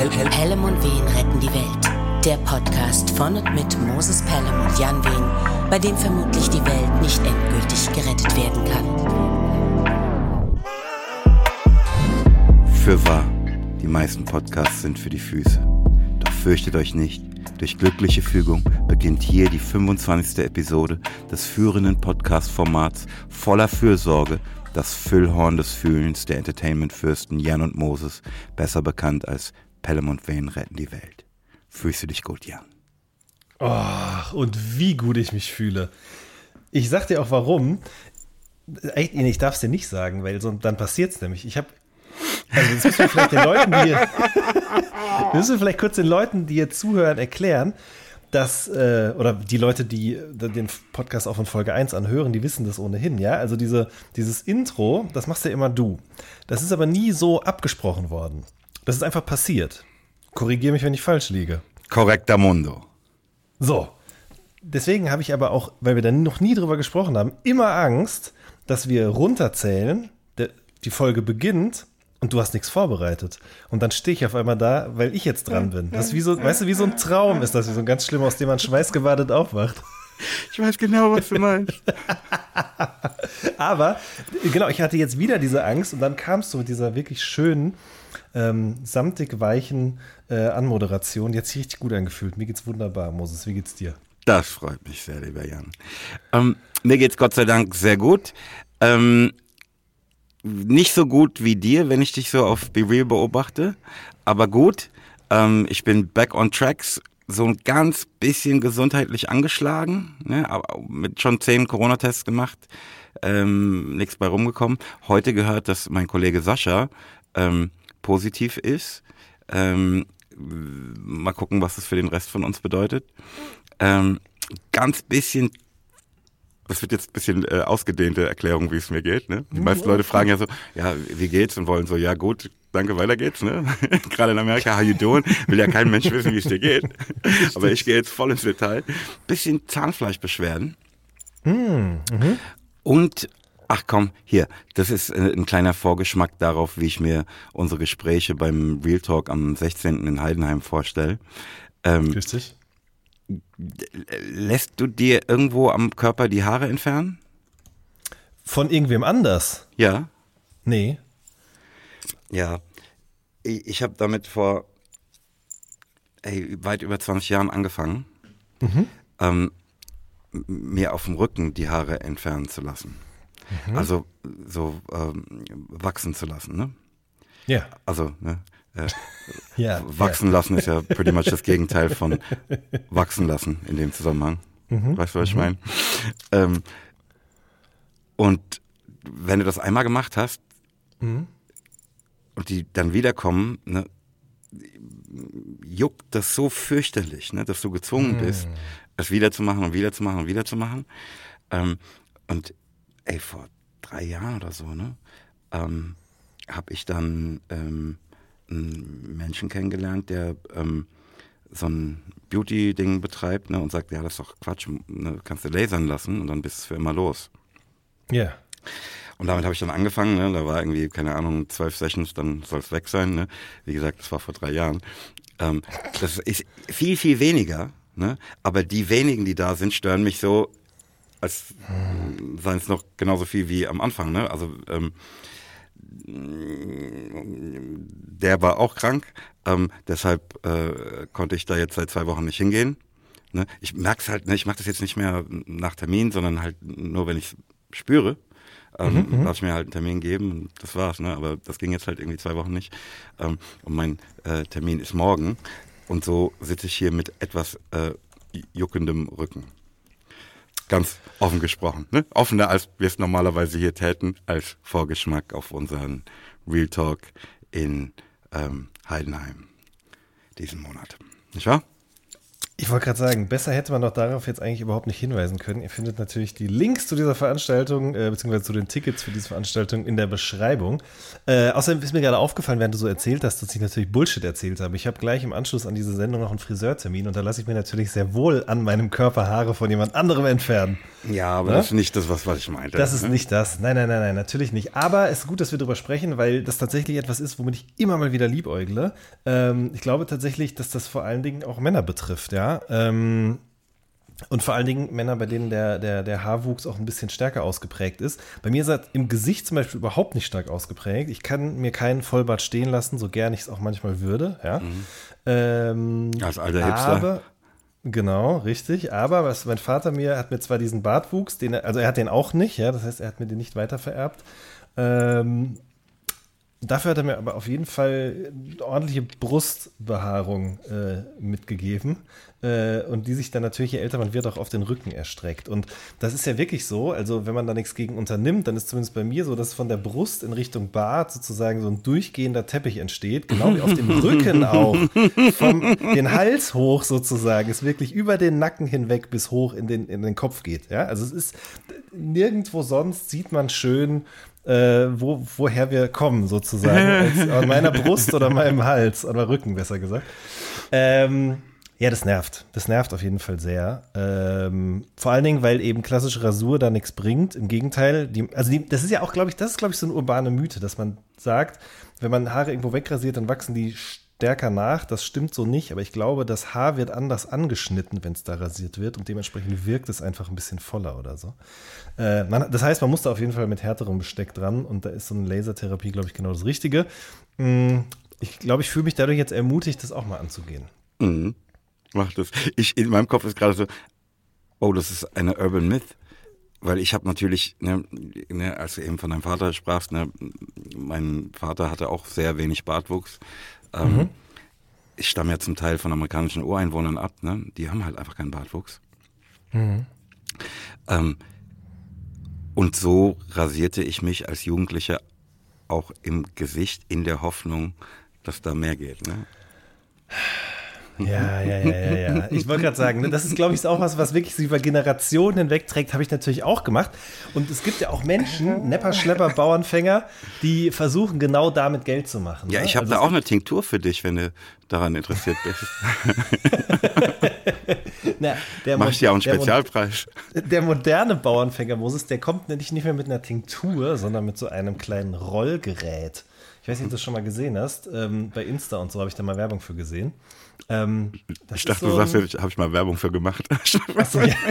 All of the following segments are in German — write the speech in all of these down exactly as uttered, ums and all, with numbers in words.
Pelham und Wehen retten die Welt. Der Podcast von und mit Moses Pelham und Jan Wehen, bei dem vermutlich die Welt nicht endgültig gerettet werden kann. Fürwahr, die meisten Podcasts sind für die Füße. Doch fürchtet euch nicht. Durch glückliche Fügung beginnt hier die fünfundzwanzigste Episode des führenden Podcast-Formats voller Fürsorge, das Füllhorn des Fühlens der Entertainment-Fürsten Jan und Moses, besser bekannt als Pelham und Wehen retten die Welt. Fühlst du dich gut, Jan? Oh, und wie gut ich mich fühle. Ich sag dir auch warum. Echt, ich darf es dir nicht sagen, weil so, dann passiert es nämlich. Ich habe Also das müssen wir vielleicht den Leuten, die hier, müssen wir vielleicht kurz den Leuten, die hier zuhören, erklären, dass, äh, oder die Leute, die den Podcast auch von Folge eins anhören, die wissen das ohnehin, ja. Also diese, dieses Intro, das machst ja immer du. Das ist aber nie so abgesprochen worden. Das ist einfach passiert. Korrigiere mich, wenn ich falsch liege. Correcta mundo. So. Deswegen habe ich aber auch, weil wir da noch nie drüber gesprochen haben, immer Angst, dass wir runterzählen, der, die Folge beginnt und du hast nichts vorbereitet. Und dann stehe ich auf einmal da, weil ich jetzt dran bin. Das ist wie so, weißt du, wie so ein Traum ist das, wie so ein ganz schlimm, aus dem man schweißgebadet aufwacht. Ich weiß genau, was du meinst. Aber, genau, ich hatte jetzt wieder diese Angst und dann kamst du mit dieser wirklich schönen, ähm, samtig weichen äh, Anmoderation. Die hat sich richtig gut angefühlt. Mir geht's wunderbar, Moses. Wie geht's dir? Das freut mich sehr, lieber Jan. Ähm, mir geht's Gott sei Dank sehr gut. Ähm, nicht so gut wie dir, wenn ich dich so auf Be Real beobachte, aber gut. Ähm, ich bin back on tracks, so ein ganz bisschen gesundheitlich angeschlagen, ne, aber mit schon zehn Corona-Tests gemacht, ähm, nichts bei rumgekommen. Heute gehört, dass mein Kollege Sascha ähm, positiv ist. Ähm, mal gucken, was das für den Rest von uns bedeutet. Ähm, ganz bisschen, das wird jetzt ein bisschen äh, ausgedehnte Erklärung, wie es mir geht. Ne? Die meisten Leute fragen ja so, ja, wie geht's? Und wollen so, ja gut, danke, weiter geht's. Ne? Gerade in Amerika, how you doing? Will ja kein Mensch wissen, wie es dir geht. Aber ich gehe jetzt voll ins Detail. Bisschen Zahnfleischbeschwerden. Mhm. Und, ach komm, hier, das ist äh, ein kleiner Vorgeschmack darauf, wie ich mir unsere Gespräche beim Real Talk am sechzehnten in Heidenheim vorstelle. Ähm, Grüß dich. Lässt du dir irgendwo am Körper die Haare entfernen? Von irgendwem anders? Ja. Nee. Ja. Ich, ich habe damit vor ey, weit über zwanzig Jahren angefangen, Mhm. ähm, mir auf dem Rücken die Haare entfernen zu lassen. Mhm. Also so ähm, wachsen zu lassen, ne? Ja. Also, ne? Äh, Ja. wachsen ja. lassen ist ja pretty much das Gegenteil von wachsen lassen in dem Zusammenhang. Mhm. Weißt du, was ich meine? Ähm, und wenn du das einmal gemacht hast Mhm. und die dann wiederkommen, ne, juckt das so fürchterlich, ne, dass du gezwungen bist, es wiederzumachen und wiederzumachen und wiederzumachen. Ähm, und ey, vor drei Jahren oder so, ne, ähm, habe ich dann ähm, einen Menschen kennengelernt, der ähm, so ein Beauty-Ding betreibt, ne, und sagt, ja, das ist doch Quatsch, ne, kannst du lasern lassen und dann bist du für immer los. Ja. Und damit habe ich dann angefangen, ne, da war irgendwie, keine Ahnung, zwölf Sessions, dann soll es weg sein, ne. Wie gesagt, das war vor drei Jahren. Ähm, das ist viel, viel weniger, ne, aber die wenigen, die da sind, stören mich so, als seien es noch genauso viel wie am Anfang, ne, also ähm, der war auch krank, ähm, deshalb äh, konnte ich da jetzt seit zwei Wochen nicht hingehen. Ne? Ich merke es halt, ne? Ich mache das jetzt nicht mehr nach Termin, sondern halt nur, wenn ich es spüre. Ähm, Mhm, darf ich mir halt einen Termin geben und das war's. Ne? Aber das ging jetzt halt irgendwie zwei Wochen nicht. Ähm, und mein äh, Termin ist morgen. Und so sitze ich hier mit etwas äh, juckendem Rücken. Ganz offen gesprochen. Ne? Offener, als wir es normalerweise hier täten, als Vorgeschmack auf unseren Real Talk in ähm, Heidenheim diesen Monat. Nicht wahr? Ich wollte gerade sagen, besser hätte man doch darauf jetzt eigentlich überhaupt nicht hinweisen können. Ihr findet natürlich die Links zu dieser Veranstaltung, äh, beziehungsweise zu den Tickets für diese Veranstaltung in der Beschreibung. Äh, außerdem ist mir gerade aufgefallen, während du so erzählt hast, dass ich natürlich Bullshit erzählt habe. Ich habe gleich im Anschluss an diese Sendung noch einen Friseurtermin und da lasse ich mir natürlich sehr wohl an meinem Körper Haare von jemand anderem entfernen. Ja, aber ja? Das ist nicht das, was, was ich meinte. Das ist ne? nicht das. Nein, nein, nein, nein, natürlich nicht. Aber es ist gut, dass wir darüber sprechen, weil das tatsächlich etwas ist, womit ich immer mal wieder liebäugle. Ähm, ich glaube tatsächlich, dass das vor allen Dingen auch Männer betrifft, ja. Ähm, Und vor allen Dingen Männer, bei denen der, der, der Haarwuchs auch ein bisschen stärker ausgeprägt ist. Bei mir ist er im Gesicht zum Beispiel überhaupt nicht stark ausgeprägt. Ich kann mir keinen Vollbart stehen lassen, so gern ich es auch manchmal würde. Ja. Mhm. Ähm, Als alter Hipster. Aber, genau, richtig. Aber was mein Vater mir, hat mir zwar diesen Bartwuchs, den er, also er hat den auch nicht, ja, das heißt, er hat mir den nicht weitervererbt. Ähm, Dafür hat er mir aber auf jeden Fall ordentliche Brustbehaarung äh, mitgegeben äh, und die sich dann natürlich, je älter man wird, auch auf den Rücken erstreckt. Und das ist ja wirklich so, also wenn man da nichts gegen unternimmt, dann ist zumindest bei mir so, dass von der Brust in Richtung Bart sozusagen so ein durchgehender Teppich entsteht, genau wie auf dem Rücken auch, vom den Hals hoch sozusagen, es wirklich über den Nacken hinweg bis hoch in den, in den Kopf geht. Ja? Also es ist, nirgendwo sonst sieht man schön, Äh, wo, woher wir kommen, sozusagen. Als an meiner Brust oder meinem Hals, oder Rücken, besser gesagt. Ähm, ja, das nervt. Das nervt auf jeden Fall sehr. Ähm, vor allen Dingen, weil eben klassische Rasur da nichts bringt. Im Gegenteil, die, also die, das ist ja auch, glaube ich, das ist, glaube ich, so eine urbane Mythe, dass man sagt, wenn man Haare irgendwo wegrasiert, dann wachsen die stärker nach. Das stimmt so nicht, aber ich glaube, das Haar wird anders angeschnitten, wenn es da rasiert wird und dementsprechend wirkt es einfach ein bisschen voller oder so. Äh, man, das heißt, man muss da auf jeden Fall mit härterem Besteck dran und da ist so eine Lasertherapie, glaube ich, genau das Richtige. Ich glaube, ich fühle mich dadurch jetzt ermutigt, das auch mal anzugehen. Mhm. Mach das. Ich, in meinem Kopf ist gerade so, oh, das ist eine Urban Myth. Weil ich habe natürlich, ne, ne, als du eben von deinem Vater sprachst, ne, mein Vater hatte auch sehr wenig Bartwuchs. Ähm, mhm. Ich stamme ja zum Teil von amerikanischen Ureinwohnern ab, ne? Die haben halt einfach keinen Bartwuchs. Mhm. Ähm, und so rasierte ich mich als Jugendlicher auch im Gesicht in der Hoffnung, dass da mehr geht. Ne? Ja, ja, ja, ja, ja. Ich wollte gerade sagen, das ist, glaube ich, auch was, was wirklich so über Generationen hinweg trägt, habe ich natürlich auch gemacht. Und es gibt ja auch Menschen, Nepper, Schlepper, Bauernfänger, die versuchen, genau damit Geld zu machen. Ja, ne? ich habe also da auch eine Tinktur für dich, wenn du daran interessiert bist. Na, der Mach ich dir auch einen Spezialpreis. Der, der moderne Bauernfänger, Moses, der kommt nämlich nicht mehr mit einer Tinktur, sondern mit so einem kleinen Rollgerät. Ich weiß nicht, ob du das schon mal gesehen hast. Ähm, bei Insta und so habe ich da mal Werbung für gesehen. Ähm, ich dachte, so, du sagst, ja, habe ich mal Werbung für gemacht. Achso, ja.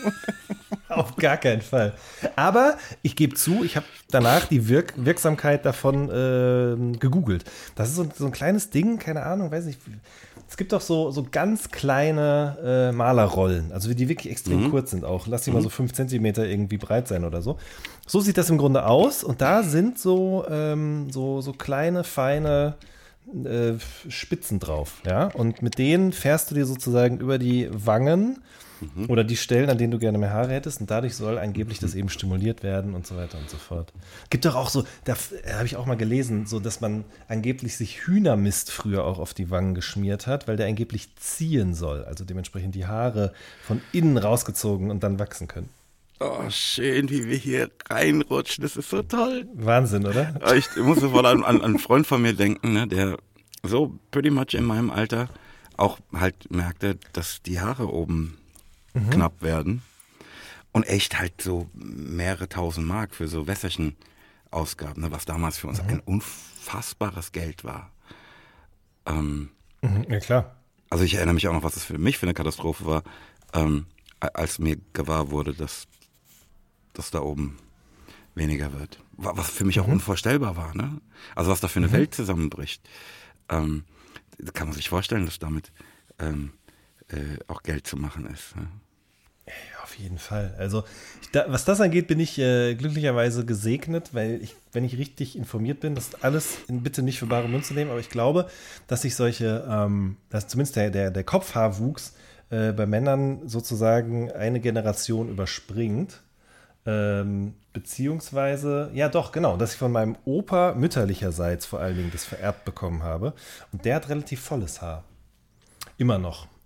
Auf gar keinen Fall. Aber ich gebe zu, ich habe danach die Wirk- Wirksamkeit davon äh, gegoogelt. Das ist so, so ein kleines Ding, keine Ahnung, weiß nicht. Es gibt doch so, so ganz kleine äh, Malerrollen, also die wirklich extrem mhm. kurz sind auch. Lass die mhm. mal so fünf Zentimeter irgendwie breit sein oder so. So sieht das im Grunde aus und da sind so, ähm, so, so kleine, feine äh, Spitzen drauf. Ja? Und mit denen fährst du dir sozusagen über die Wangen mhm. oder die Stellen, an denen du gerne mehr Haare hättest und dadurch soll angeblich das eben stimuliert werden und so weiter und so fort. Gibt doch auch so, da habe ich auch mal gelesen, so dass man angeblich sich Hühnermist früher auch auf die Wangen geschmiert hat, weil der angeblich ziehen soll, also dementsprechend die Haare von innen rausgezogen und dann wachsen können. Oh, schön, wie wir hier reinrutschen, das ist so toll. Wahnsinn, oder? Ich muss sofort an, an einen Freund von mir denken, ne, der so pretty much in meinem Alter auch halt merkte, dass die Haare oben mhm. knapp werden und echt halt so mehrere tausend Mark für so Wässerchen-Ausgaben, ne, was damals für uns mhm. ein unfassbares Geld war. Ähm, mhm, ja, klar. Also ich erinnere mich auch noch, was das für mich für eine Katastrophe war, ähm, als mir gewahr wurde, dass das da oben weniger wird. Was für mich auch mhm. unvorstellbar war, ne? Also was da für eine mhm. Welt zusammenbricht. Ähm, kann man sich vorstellen, dass damit ähm, äh, auch Geld zu machen ist. Ne? Ja, auf jeden Fall. Also ich, da, was das angeht, bin ich äh, glücklicherweise gesegnet, weil ich, wenn ich richtig informiert bin, das alles in, bitte nicht für bare Münze nehmen, aber ich glaube, dass sich solche, ähm, dass zumindest der, der, der Kopfhaarwuchs äh, bei Männern sozusagen eine Generation überspringt. Ähm, beziehungsweise, ja doch, genau, dass ich von meinem Opa mütterlicherseits vor allen Dingen das vererbt bekommen habe. Und der hat relativ volles Haar. Immer noch.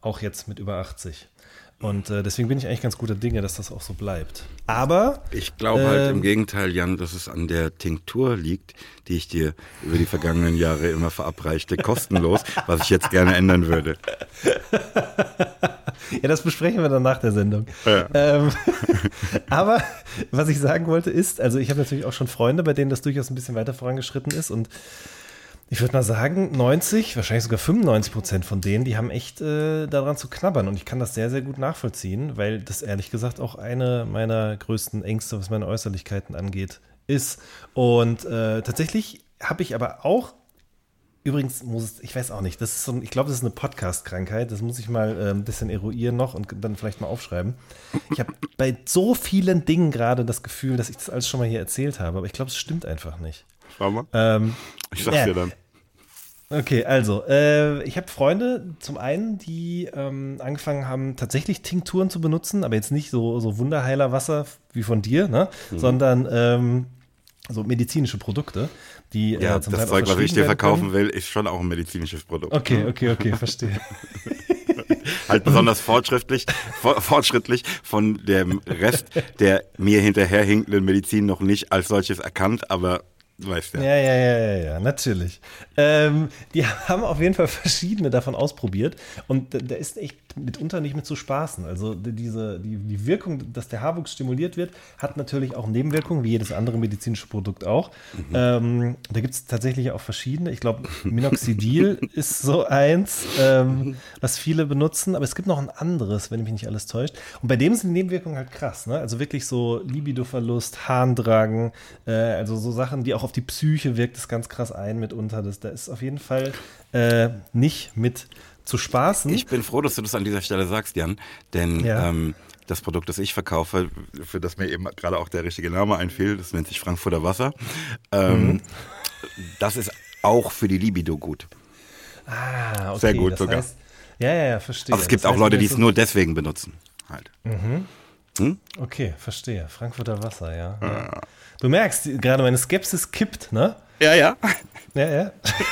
auch jetzt mit über achtzig. Und äh, deswegen bin ich eigentlich ganz guter Dinge, dass das auch so bleibt. Aber ich glaube äh, halt im Gegenteil, Jan, dass es an der Tinktur liegt, die ich dir über die vergangenen Jahre immer verabreichte, kostenlos, was ich jetzt gerne ändern würde. Ja, das besprechen wir dann nach der Sendung. Ja. Ähm, aber was ich sagen wollte ist, also ich habe natürlich auch schon Freunde, bei denen das durchaus ein bisschen weiter vorangeschritten ist und ich würde mal sagen, neunzig, wahrscheinlich sogar fünfundneunzig Prozent von denen, die haben echt äh, daran zu knabbern. Und ich kann das sehr, sehr gut nachvollziehen, weil das ehrlich gesagt auch eine meiner größten Ängste, was meine Äußerlichkeiten angeht, ist. Und äh, tatsächlich habe ich aber auch, übrigens, muss es, ich weiß auch nicht, das ist so, ich glaube, das ist eine Podcast-Krankheit. Das muss ich mal äh, ein bisschen eruieren noch und dann vielleicht mal aufschreiben. Ich habe bei so vielen Dingen gerade das Gefühl, dass ich das alles schon mal hier erzählt habe, aber ich glaube, es stimmt einfach nicht. Schau mal. Ähm, ich sag's ja. dir dann. Okay, also, äh, ich habe Freunde, zum einen, die ähm, angefangen haben, tatsächlich Tinkturen zu benutzen, aber jetzt nicht so, so Wunderheilerwasser wie von dir, ne? Mhm. sondern ähm, so medizinische Produkte, die ja, äh, zum das Teil Zeug, was ich dir verkaufen können. will, ist schon auch ein medizinisches Produkt. Okay, okay, okay, verstehe. Halt besonders fortschrittlich, for, fortschrittlich von dem Rest der mir hinterherhinkenden Medizin noch nicht als solches erkannt, aber du weißt ja. Ja, ja, ja, ja, ja, natürlich. Ähm, die haben auf jeden Fall verschiedene davon ausprobiert und da ist echt mitunter nicht mit zu spaßen. Also diese, die, die Wirkung, dass der Haarwuchs stimuliert wird, hat natürlich auch Nebenwirkungen, wie jedes andere medizinische Produkt auch. Mhm. Ähm, da gibt es tatsächlich auch verschiedene. Ich glaube, Minoxidil ist so eins, ähm, was viele benutzen, aber es gibt noch ein anderes, wenn mich nicht alles täuscht. Und bei dem sind die Nebenwirkungen halt krass, ne? Also wirklich so Libidoverlust, Harndrang, äh, also so Sachen, die auch auf die Psyche wirkt, das ganz krass ein mitunter. Das, da ist auf jeden Fall äh, nicht mit zu spaßen. Ich bin froh, dass du das an dieser Stelle sagst, Jan, denn ja. ähm, das Produkt, das ich verkaufe, für das mir eben gerade auch der richtige Name einfiel, das nennt sich Frankfurter Wasser, ähm, mhm. das ist auch für die Libido gut. Ah, okay. Sehr gut das sogar. Heißt, ja, ja, ja, verstehe. Aber es gibt das auch heißt, Leute, die es so nur deswegen benutzen. Halt. Mhm. Hm? Okay, verstehe. Frankfurter Wasser, ja. Ah. ja. Du merkst, gerade meine Skepsis kippt, ne? Ja, ja. Ja, ja.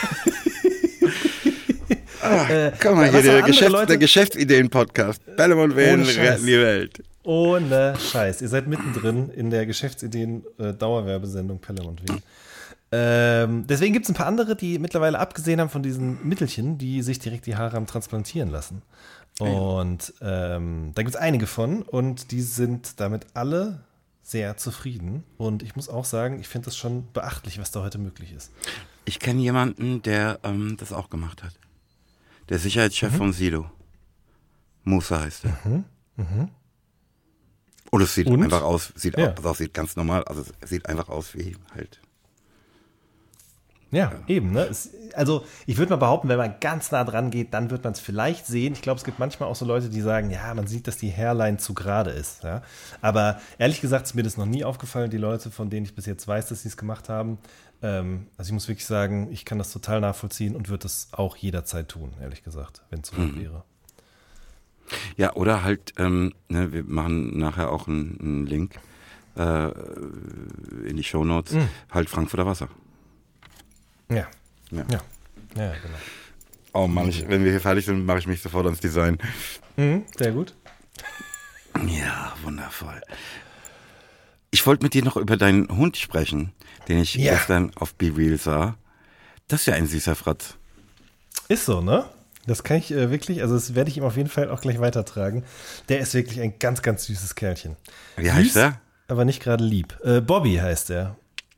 Ach, äh, guck mal, hier der, Geschäfts-, der Geschäftsideen-Podcast. Bellemont wählen, retten die Welt. Ohne Scheiß. Ihr seid mittendrin in der Geschäftsideen-Dauerwerbesendung Pellemont Wien. Ähm, deswegen gibt es ein paar andere, die mittlerweile abgesehen haben von diesen Mittelchen, die sich direkt die Haare haben transplantieren lassen. Und ähm, da gibt es einige von und die sind damit alle sehr zufrieden. Und ich muss auch sagen, ich finde das schon beachtlich, was da heute möglich ist. Ich kenne jemanden, der ähm, das auch gemacht hat. Der Sicherheitschef mhm. von Sido. Musa heißt er. Mhm. Mhm. Und es sieht Und? einfach aus, sieht ja. auch, sieht ganz normal, also es sieht einfach aus wie halt. Ja, ja. eben. Ne? Es, also ich würde mal behaupten, wenn man ganz nah dran geht, dann wird man es vielleicht sehen. Ich glaube, es gibt manchmal auch so Leute, die sagen, ja, man sieht, dass die Hairline zu gerade ist. Ja? Aber ehrlich gesagt ist mir das noch nie aufgefallen, die Leute, von denen ich bis jetzt weiß, dass sie es gemacht haben. Ähm, also ich muss wirklich sagen, ich kann das total nachvollziehen und würde das auch jederzeit tun, ehrlich gesagt, wenn es so mhm. wäre. Ja, oder halt, ähm, ne, wir machen nachher auch einen, einen Link äh, in die Shownotes, mhm. halt Frankfurter Wasser. Ja. Ja. ja, ja, genau. Oh Mann, ich, wenn wir hier fertig sind, mache ich mich sofort ans Design. Mhm, sehr gut. Ja, wundervoll. Ich wollte mit dir noch über deinen Hund sprechen, den ich ja. gestern auf BeReal sah. Das ist ja ein süßer Fratz. Ist so, ne? Das kann ich äh, wirklich, also das werde ich ihm auf jeden Fall auch gleich weitertragen. Der ist wirklich ein ganz, ganz süßes Kerlchen. Wie Süß, heißt er? Aber nicht gerade lieb. Äh, Bobby heißt er.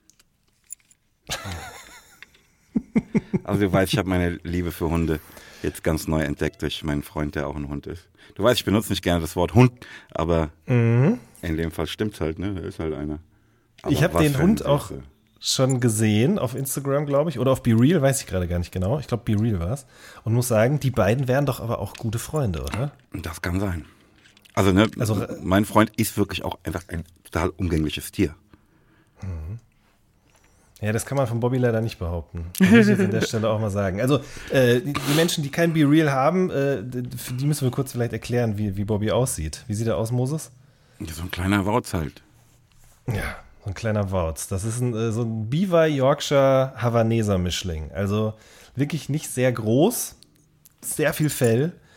Also du weißt, ich habe meine Liebe für Hunde jetzt ganz neu entdeckt durch meinen Freund, der auch ein Hund ist. Du weißt, ich benutze nicht gerne das Wort Hund, aber mhm. in dem Fall stimmt's halt, ne? Er ist halt einer. Aber ich habe den Hund auch schon gesehen auf Instagram, glaube ich, oder auf BeReal, weiß ich gerade gar nicht genau. Ich glaube, BeReal war es. Und muss sagen, die beiden wären doch aber auch gute Freunde, oder? Das kann sein. Also, ne, also mein Freund ist wirklich auch einfach ein total umgängliches Tier. Mhm. Ja, das kann man von Bobby leider nicht behaupten. Das muss ich jetzt an der Stelle auch mal sagen. Also, äh, die, die Menschen, die kein BeReal haben, äh, für die müssen wir kurz vielleicht erklären, wie, wie Bobby aussieht. Wie sieht er aus, Moses? Ja, so ein kleiner Wauz halt. Ja, so ein kleiner Wauz. Das ist ein, äh, so ein Beaver Yorkshire Havaneser Mischling. Also wirklich nicht sehr groß, sehr viel Fell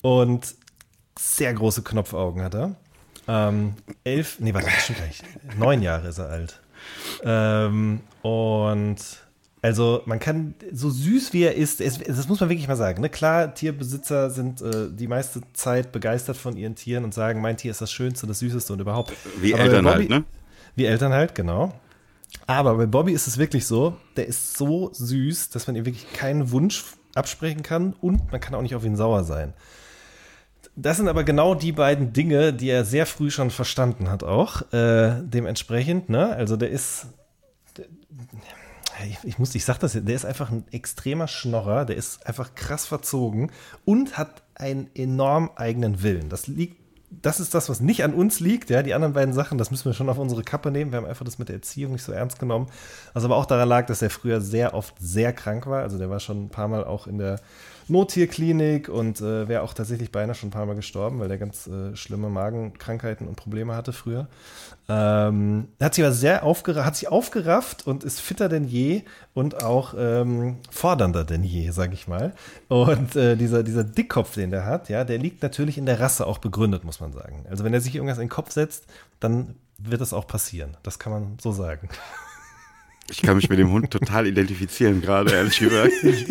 Und sehr große Knopfaugen hat er. Ähm, elf, nee, warte, das stimmt gar nicht. Neun Jahre ist er alt. Ähm, und also man kann, so süß wie er ist, es, das muss man wirklich mal sagen, ne? Klar, Tierbesitzer sind äh, die meiste Zeit begeistert von ihren Tieren und sagen, mein Tier ist das Schönste, das Süßeste und überhaupt. Wie Aber Eltern Bobby, halt, ne? Wie Eltern halt, genau. Aber bei Bobby ist es wirklich so, der ist so süß, dass man ihm wirklich keinen Wunsch absprechen kann und man kann auch nicht auf ihn sauer sein. Das sind aber genau die beiden Dinge, die er sehr früh schon verstanden hat auch. Äh, dementsprechend, ne? Also der ist, der, ich, ich muss, ich sag das jetzt, der ist einfach ein extremer Schnorrer, der ist einfach krass verzogen und hat einen enorm eigenen Willen. Das liegt, das ist das, was nicht an uns liegt, ja, die anderen beiden Sachen, das müssen wir schon auf unsere Kappe nehmen. Wir haben einfach das mit der Erziehung nicht so ernst genommen. Was aber auch daran lag, dass er früher sehr oft sehr krank war. Also der war schon ein paar Mal auch in der Nottierklinik und äh, wäre auch tatsächlich beinahe schon ein paar Mal gestorben, weil der ganz äh, schlimme Magenkrankheiten und Probleme hatte früher. Ähm, hat sich aber sehr aufgerafft, hat sich aufgerafft und ist fitter denn je und auch ähm, fordernder denn je, sag ich mal. Und äh, dieser, dieser Dickkopf, den der hat, ja, der liegt natürlich in der Rasse auch begründet, muss man sagen. Also wenn er sich irgendwas in den Kopf setzt, dann wird das auch passieren. Das kann man so sagen. Ich kann mich mit dem Hund total identifizieren gerade, ehrlich gesagt.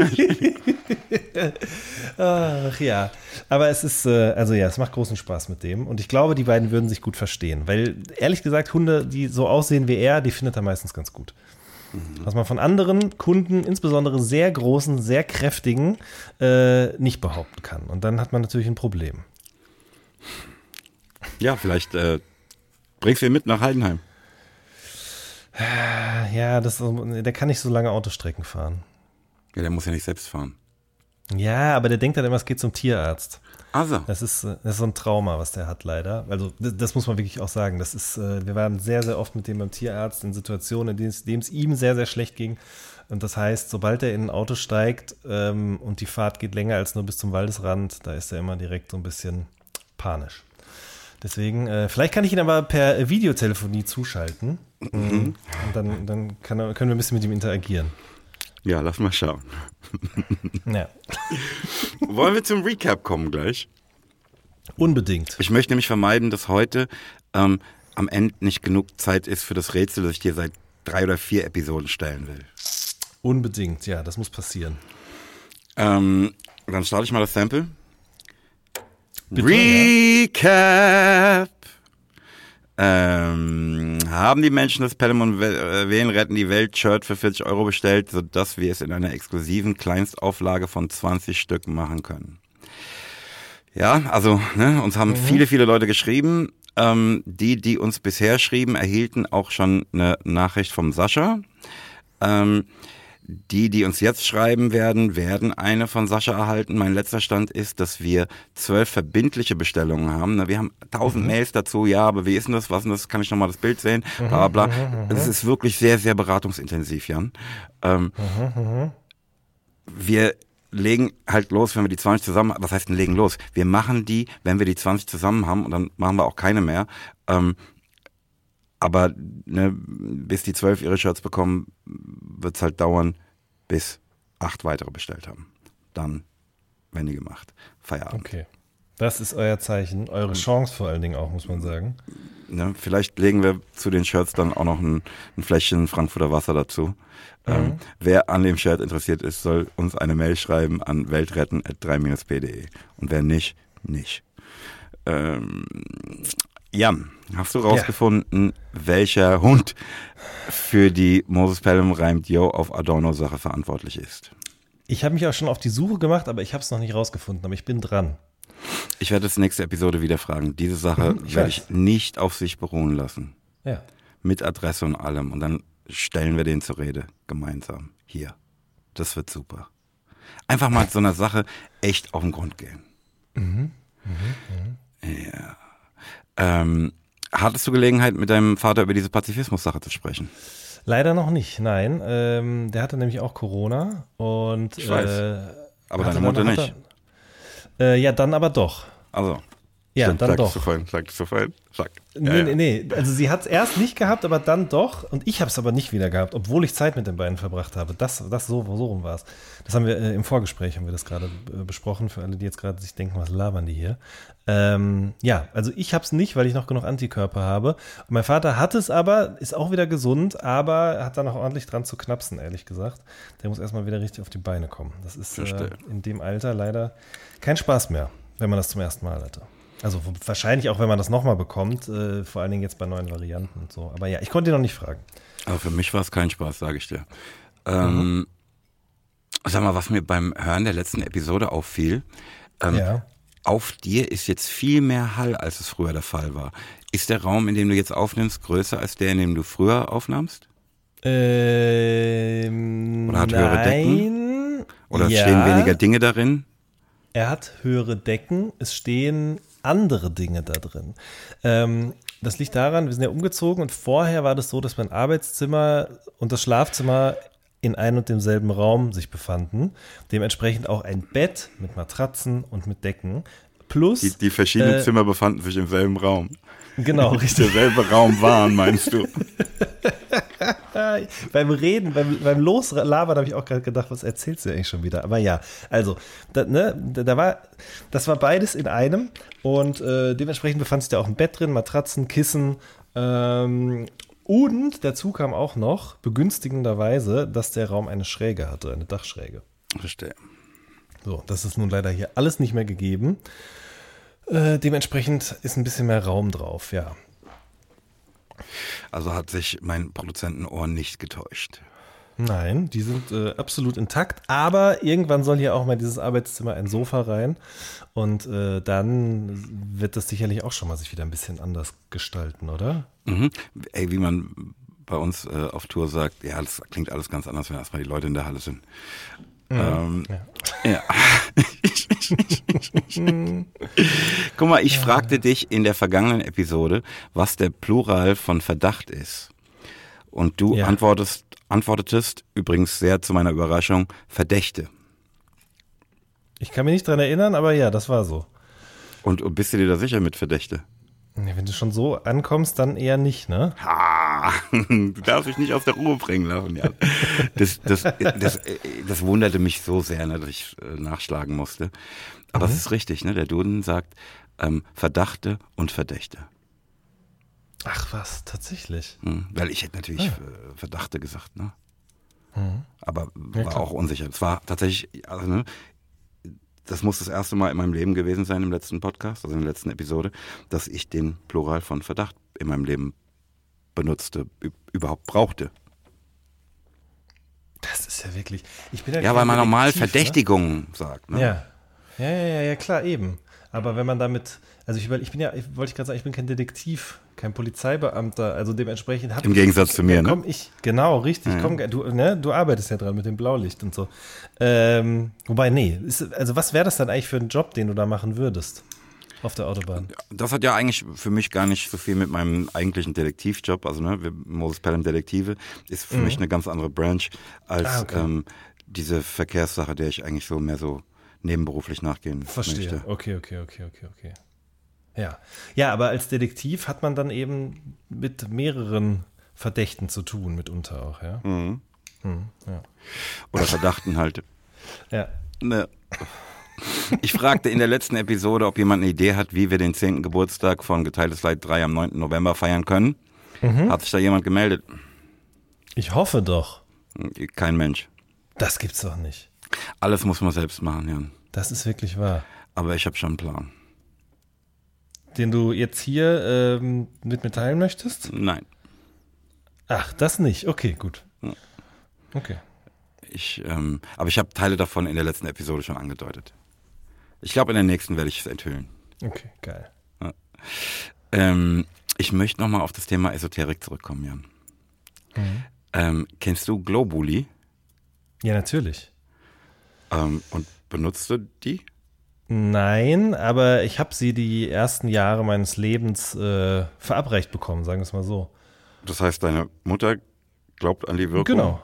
Ach ja, aber es ist, äh, also ja, es macht großen Spaß mit dem und ich glaube, die beiden würden sich gut verstehen, weil ehrlich gesagt, Hunde, die so aussehen wie er, die findet er meistens ganz gut. Mhm. Was man von anderen Kunden, insbesondere sehr großen, sehr kräftigen, äh, nicht behaupten kann und dann hat man natürlich ein Problem. Ja, vielleicht äh, bringst du ihn mit nach Heidenheim. Ja, das, der kann nicht so lange Autostrecken fahren. Ja, der muss ja nicht selbst fahren. Ja, aber der denkt dann immer, es geht zum Tierarzt. Also. Das ist, das ist so ein Trauma, was der hat leider. Also das, das muss man wirklich auch sagen. Das ist, wir waren sehr, sehr oft mit dem beim Tierarzt in Situationen, in denen es, denen es ihm sehr, sehr schlecht ging. Und das heißt, sobald er in ein Auto steigt ähm, und die Fahrt geht länger als nur bis zum Waldesrand, da ist er immer direkt so ein bisschen panisch. Deswegen, äh, vielleicht kann ich ihn aber per Videotelefonie zuschalten. Mhm. Und dann, dann kann, können wir ein bisschen mit ihm interagieren. Ja, lass mal schauen. Ja. Wollen wir zum Recap kommen gleich? Unbedingt. Ich möchte nämlich vermeiden, dass heute ähm, am Ende nicht genug Zeit ist für das Rätsel, das ich dir seit drei oder vier Episoden stellen will. Unbedingt, ja, das muss passieren. Ähm, dann starte ich mal das Sample. Bitte, Recap! Ja. Ähm, haben die Menschen das Pelham und Wehen retten die Welt Shirt für vierzig Euro bestellt, sodass wir es in einer exklusiven Kleinstauflage von zwanzig Stück machen können. Ja, also ne, uns haben mhm. viele, viele Leute geschrieben. Ähm, die, die uns bisher schrieben, erhielten auch schon eine Nachricht vom Sascha. Ähm, Die, die uns jetzt schreiben werden, werden eine von Sascha erhalten. Mein letzter Stand ist, dass wir zwölf verbindliche Bestellungen haben. Wir haben tausend mhm. Mails dazu. Ja, aber wie ist denn das? Was ist denn das? Kann ich nochmal das Bild sehen? Mhm, bla, bla. Mhm, das ist wirklich sehr, sehr beratungsintensiv, Jan. Ähm, mhm, wir legen halt los, wenn wir die zwanzig zusammen haben. Was heißt denn legen los? Wir machen die, wenn wir die zwanzig zusammen haben und dann machen wir auch keine mehr. Ähm, Aber ne, bis die zwölf ihre Shirts bekommen, wird es halt dauern, bis acht weitere bestellt haben. Dann, wenn die gemacht. Feierabend. Okay. Das ist euer Zeichen, eure Chance vor allen Dingen auch, muss man sagen. Ne, vielleicht legen wir zu den Shirts dann auch noch ein, ein Fläschchen Frankfurter Wasser dazu. Mhm. Ähm, wer an dem Shirt interessiert ist, soll uns eine Mail schreiben an weltretten at drei Bindestrich p punkt de. Und wer nicht, nicht. Ähm, Jan, hast du rausgefunden, ja. welcher Hund für die Moses Pelham reimt Yo auf Adorno-Sache verantwortlich ist? Ich habe mich auch schon auf die Suche gemacht, aber ich habe es noch nicht rausgefunden, aber ich bin dran. Ich werde das nächste Episode wieder fragen. Diese Sache mhm, ich werde weiß. ich nicht auf sich beruhen lassen. Ja. Mit Adresse und allem. Und dann stellen wir den zur Rede gemeinsam hier. Das wird super. Einfach mal so einer Sache echt auf den Grund gehen. Mhm. Mhm. Mhm. Ja. Ähm, hattest du Gelegenheit, mit deinem Vater über diese Pazifismus-Sache zu sprechen? Leider noch nicht, nein. Ähm, der hatte nämlich auch Corona. Und, ich weiß. Äh, aber deine Mutter dann, nicht. Er, äh, ja, dann aber doch. Also. Ja, Stimmt, dann sagtest doch. Du vorhin, sagtest du vorhin? Sag. Nee, Ja, ja. nee, nee. Also sie hat es erst nicht gehabt, aber dann doch. Und ich habe es aber nicht wieder gehabt, obwohl ich Zeit mit den beiden verbracht habe. Das, das so, so rum war es. Das haben wir äh, im Vorgespräch, haben wir das gerade äh, besprochen, für alle, die jetzt gerade sich denken, was labern die hier. Ähm, ja, also ich habe es nicht, weil ich noch genug Antikörper habe. Und mein Vater hat es aber, ist auch wieder gesund, aber hat da noch ordentlich dran zu knapsen, ehrlich gesagt. Der muss erstmal wieder richtig auf die Beine kommen. Das ist äh, in dem Alter leider kein Spaß mehr, wenn man das zum ersten Mal hatte. Also wahrscheinlich auch, wenn man das nochmal bekommt, äh, vor allen Dingen jetzt bei neuen Varianten und so. Aber ja, ich konnte ihn noch nicht fragen. Aber für mich war es kein Spaß, sage ich dir. Ähm, mhm. Sag mal, was mir beim Hören der letzten Episode auffiel, ähm, ja. auf dir ist jetzt viel mehr Hall, als es früher der Fall war. Ist der Raum, in dem du jetzt aufnimmst, größer als der, in dem du früher aufnahmst? Ähm, Oder hat nein. höhere Decken? Oder ja. stehen weniger Dinge darin? Er hat höhere Decken, es stehen andere Dinge da drin. Ähm, das liegt daran, wir sind ja umgezogen und vorher war das so, dass mein Arbeitszimmer und das Schlafzimmer in einem und demselben Raum sich befanden. Dementsprechend auch ein Bett mit Matratzen und mit Decken. Plus. Die, die verschiedenen äh, Zimmer befanden sich im selben Raum. Genau, richtig. Derselbe Raum waren, meinst du? beim Reden, beim, beim Loslabern habe ich auch gerade gedacht, was erzählst du eigentlich schon wieder? Aber ja, also, da, ne, da, da war, das war beides in einem und äh, dementsprechend befand sich da auch ein Bett drin, Matratzen, Kissen ähm, und dazu kam auch noch begünstigenderweise, dass der Raum eine Schräge hatte, eine Dachschräge. Verstehe. So, das ist nun leider hier alles nicht mehr gegeben. Äh, dementsprechend ist ein bisschen mehr Raum drauf, ja. Also hat sich mein Produzentenohr nicht getäuscht. Nein, die sind äh, absolut intakt, aber irgendwann soll hier auch mal dieses Arbeitszimmer ein Sofa rein und äh, dann wird das sicherlich auch schon mal sich wieder ein bisschen anders gestalten, oder? Mhm. Ey, wie man bei uns äh, auf Tour sagt, ja, das klingt alles ganz anders, wenn erstmal die Leute in der Halle sind. Mhm. Ähm, ja. ja. Guck mal, ich fragte dich in der vergangenen Episode, was der Plural von Verdacht ist. Und du ja. antwortest, antwortetest, übrigens sehr zu meiner Überraschung, Verdächte. Ich kann mich nicht dran erinnern, aber ja, das war so. Und, und bist du dir da sicher mit Verdächte? Ja, wenn du schon so ankommst, dann eher nicht, ne? Ha, du darfst dich nicht aus der Ruhe bringen lassen, ja. Das, das, das, das wunderte mich so sehr, ne, dass ich äh, nachschlagen musste. Aber mhm. es ist richtig, ne? Der Duden sagt ähm, Verdachte und Verdächte. Ach was, tatsächlich. Hm, weil ich hätte natürlich ah. äh, Verdachte gesagt, ne? Mhm. Aber ja, war klar. auch unsicher. Es war tatsächlich, also, ne, das muss das erste Mal in meinem Leben gewesen sein, im letzten Podcast, also in der letzten Episode, dass ich den Plural von Verdacht in meinem Leben benutzte, überhaupt brauchte. Das ist ja wirklich. Ich bin ja, ja, weil man normal Detektiv, Verdächtigung ne? sagt. Ne? Ja. Ja, ja, ja, ja, klar, eben. Aber wenn man damit, also ich, ich bin ja, ich, wollte ich gerade sagen, ich bin kein Detektiv, kein Polizeibeamter, also dementsprechend habe Im Gegensatz zu mir, ne? Komm ich, genau, richtig, ja. komm, du, ne, du arbeitest ja dran mit dem Blaulicht und so. Ähm, wobei, nee, ist, also was wäre das dann eigentlich für ein Job, den du da machen würdest auf der Autobahn? Das hat ja eigentlich für mich gar nicht so viel mit meinem eigentlichen Detektivjob, also ne, Moses Pelham Detektive ist für mhm. mich eine ganz andere Branch als ah, okay. ähm, diese Verkehrssache, der ich eigentlich so mehr so nebenberuflich nachgehen Verstehe. möchte. Okay, okay, okay, okay, okay. Ja. Ja, aber als Detektiv hat man dann eben mit mehreren Verdächten zu tun, mitunter auch, ja. Mhm. Mhm, ja. Oder Verdachten halt. Ja. Ne. Ich fragte in der letzten Episode, ob jemand eine Idee hat, wie wir den zehnten Geburtstag von Geteiltes Leid drei am neunten November feiern können. Mhm. Hat sich da jemand gemeldet? Ich hoffe doch. Kein Mensch. Das gibt's doch nicht. Alles muss man selbst machen, Jan. Das ist wirklich wahr. Aber ich habe schon einen Plan. Den du jetzt hier ähm, mit mir teilen möchtest? Nein. Ach, das nicht. Okay, gut. Okay. Ich, ähm, aber ich habe Teile davon in der letzten Episode schon angedeutet. Ich glaube, in der nächsten werde ich es enthüllen. Okay, geil. Ja. Ähm, ich möchte nochmal auf das Thema Esoterik zurückkommen, Jan. Mhm. Ähm, kennst du Globuli? Ja, natürlich. Ähm, und benutzt du die? Nein, aber ich habe sie die ersten Jahre meines Lebens äh, verabreicht bekommen, sagen wir es mal so. Das heißt, deine Mutter glaubt an die Wirkung? Genau.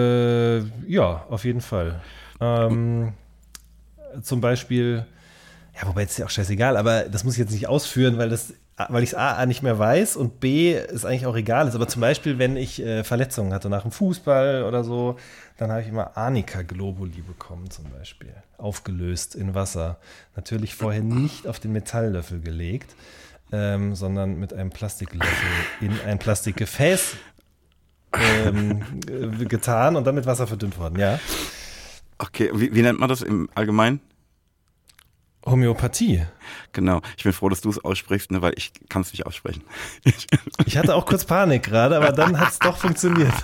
Äh, ja, auf jeden Fall. Ähm, zum Beispiel, Ja, wobei ist ja auch scheißegal, aber das muss ich jetzt nicht ausführen, weil das, weil ich es A nicht mehr weiß und B ist eigentlich auch egal ist. Aber zum Beispiel, wenn ich äh, Verletzungen hatte nach dem Fußball oder so, dann habe ich immer Arnica Globuli bekommen zum Beispiel. Aufgelöst in Wasser. Natürlich vorher nicht auf den Metalllöffel gelegt, ähm, sondern mit einem Plastiklöffel in ein Plastikgefäß ähm, äh, getan und dann mit Wasser verdünnt worden, ja. Okay, wie, wie nennt man das im Allgemeinen? Homöopathie. Genau. Ich bin froh, dass du es aussprichst, ne, weil ich kann es nicht aussprechen. Ich hatte auch kurz Panik gerade, aber dann hat es doch funktioniert.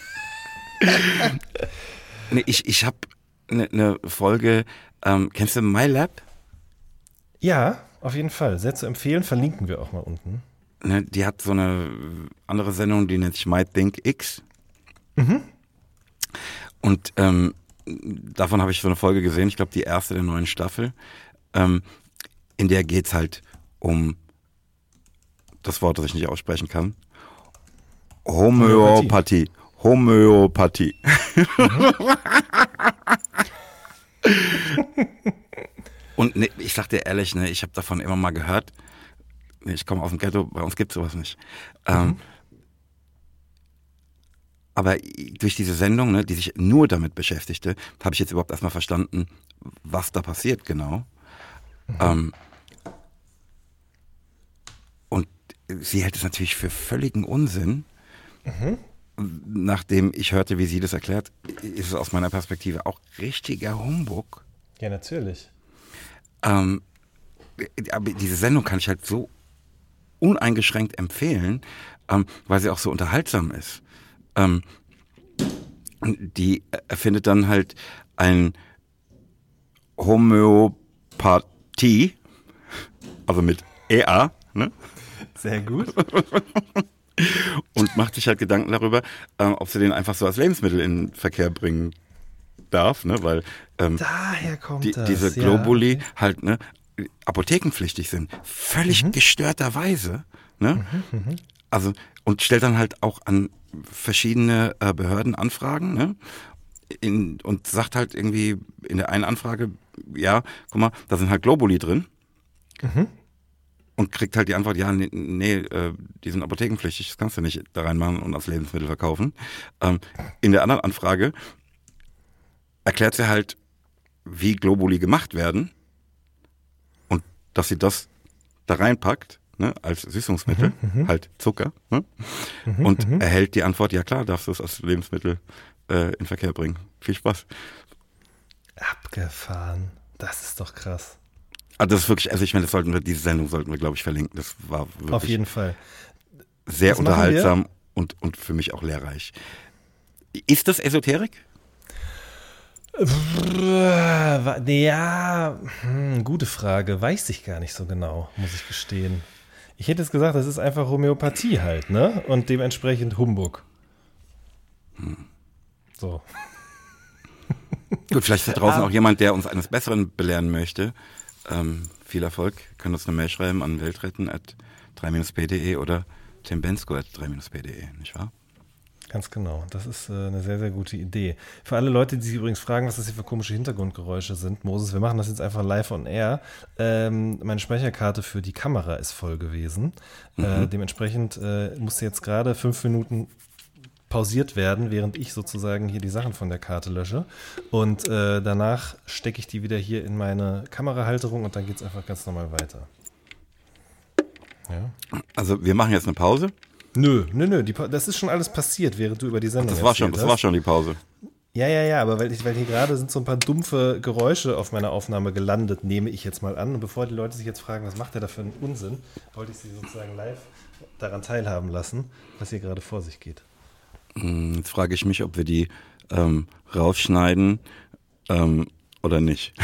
Nee, ich ich habe eine ne Folge, ähm, kennst du MyLab? Ja, auf jeden Fall. Sehr zu empfehlen, verlinken wir auch mal unten. Ne, die hat so eine andere Sendung, die nennt sich MyThinkX. Mhm. Und ähm, davon habe ich so eine Folge gesehen, ich glaube die erste der neuen Staffel. Ähm, in der geht's halt um das Wort, das ich nicht aussprechen kann. Homöopathie. Homöopathie. Mhm. Und ne, ich sag dir ehrlich, ne, ich habe davon immer mal gehört. Ich komme aus dem Ghetto, bei uns gibt's sowas nicht. Mhm. Ähm, aber durch diese Sendung, ne, die sich nur damit beschäftigte, habe ich jetzt überhaupt erstmal verstanden, was da passiert genau. Mhm. Ähm, und sie hält es natürlich für völligen Unsinn. Mhm. Nachdem ich hörte, wie sie das erklärt, ist es aus meiner Perspektive auch richtiger Humbug. Ja, natürlich. Ähm, aber diese Sendung kann ich halt so uneingeschränkt empfehlen, ähm, weil sie auch so unterhaltsam ist. Ähm, die erfindet dann halt ein Homöopathie, also mit E A, ne? Sehr gut. Und macht sich halt Gedanken darüber, äh, ob sie den einfach so als Lebensmittel in den Verkehr bringen darf, ne? Weil ähm, daher kommt die, das, diese ja. Globuli halt ne, apothekenpflichtig sind. Völlig mhm. gestörterweise. Ne? Mhm, mh. Also, und stellt dann halt auch an verschiedene äh, Behörden Anfragen, ne? In, und sagt halt irgendwie in der einen Anfrage, ja, guck mal, da sind halt Globuli drin. Mhm. Und kriegt halt die Antwort, ja, nee, nee äh, die sind apothekenpflichtig, das kannst du nicht da reinmachen und als Lebensmittel verkaufen. Ähm, in der anderen Anfrage erklärt sie halt, wie Globuli gemacht werden und dass sie das da reinpackt, ne, als Süßungsmittel, mhm, halt Zucker, ne, mhm, und mhm. erhält die Antwort, ja klar, darfst du es als Lebensmittel äh, in Verkehr bringen. Viel Spaß. Abgefahren. Das ist doch krass. Also das ist wirklich, also ich meine, das sollten wir, diese Sendung sollten wir, glaube ich, verlinken. Das war wirklich auf jeden Fall sehr das unterhaltsam und, und für mich auch lehrreich. Ist das Esoterik? Ja, hm, gute Frage. Weiß ich gar nicht so genau, muss ich gestehen. Ich hätte jetzt gesagt, das ist einfach Homöopathie halt, ne? Und dementsprechend Humbug. Hm. So. Gut, vielleicht ist da draußen ah. auch jemand, der uns eines Besseren belehren möchte. Ähm, viel Erfolg. Können uns eine Mail schreiben an weltretten at drei Bindestrich p punkt de oder timbensko at drei Bindestrich p punkt de, nicht wahr? Ganz genau. Das ist äh, eine sehr, sehr gute Idee. Für alle Leute, die sich übrigens fragen, was das hier für komische Hintergrundgeräusche sind, Moses, wir machen das jetzt einfach live on air. Ähm, meine Speicherkarte für die Kamera ist voll gewesen. Mhm. Äh, dementsprechend äh, musste jetzt gerade fünf Minuten pausiert werden, während ich sozusagen hier die Sachen von der Karte lösche. Und äh, danach stecke ich die wieder hier in meine Kamerahalterung und dann geht es einfach ganz normal weiter. Ja. Also wir machen jetzt eine Pause. Nö, nö, nö, die pa- das ist schon alles passiert, während du über die Sendung Ach, das war schon, das hast. war schon die Pause. Ja, ja, ja, aber weil, ich, weil hier gerade sind so ein paar dumpfe Geräusche auf meiner Aufnahme gelandet, nehme ich jetzt mal an. Und bevor die Leute sich jetzt fragen, was macht der da für einen Unsinn, wollte ich sie sozusagen live daran teilhaben lassen, was hier gerade vor sich geht. Jetzt frage ich mich, ob wir die ähm, rausschneiden ähm, oder nicht.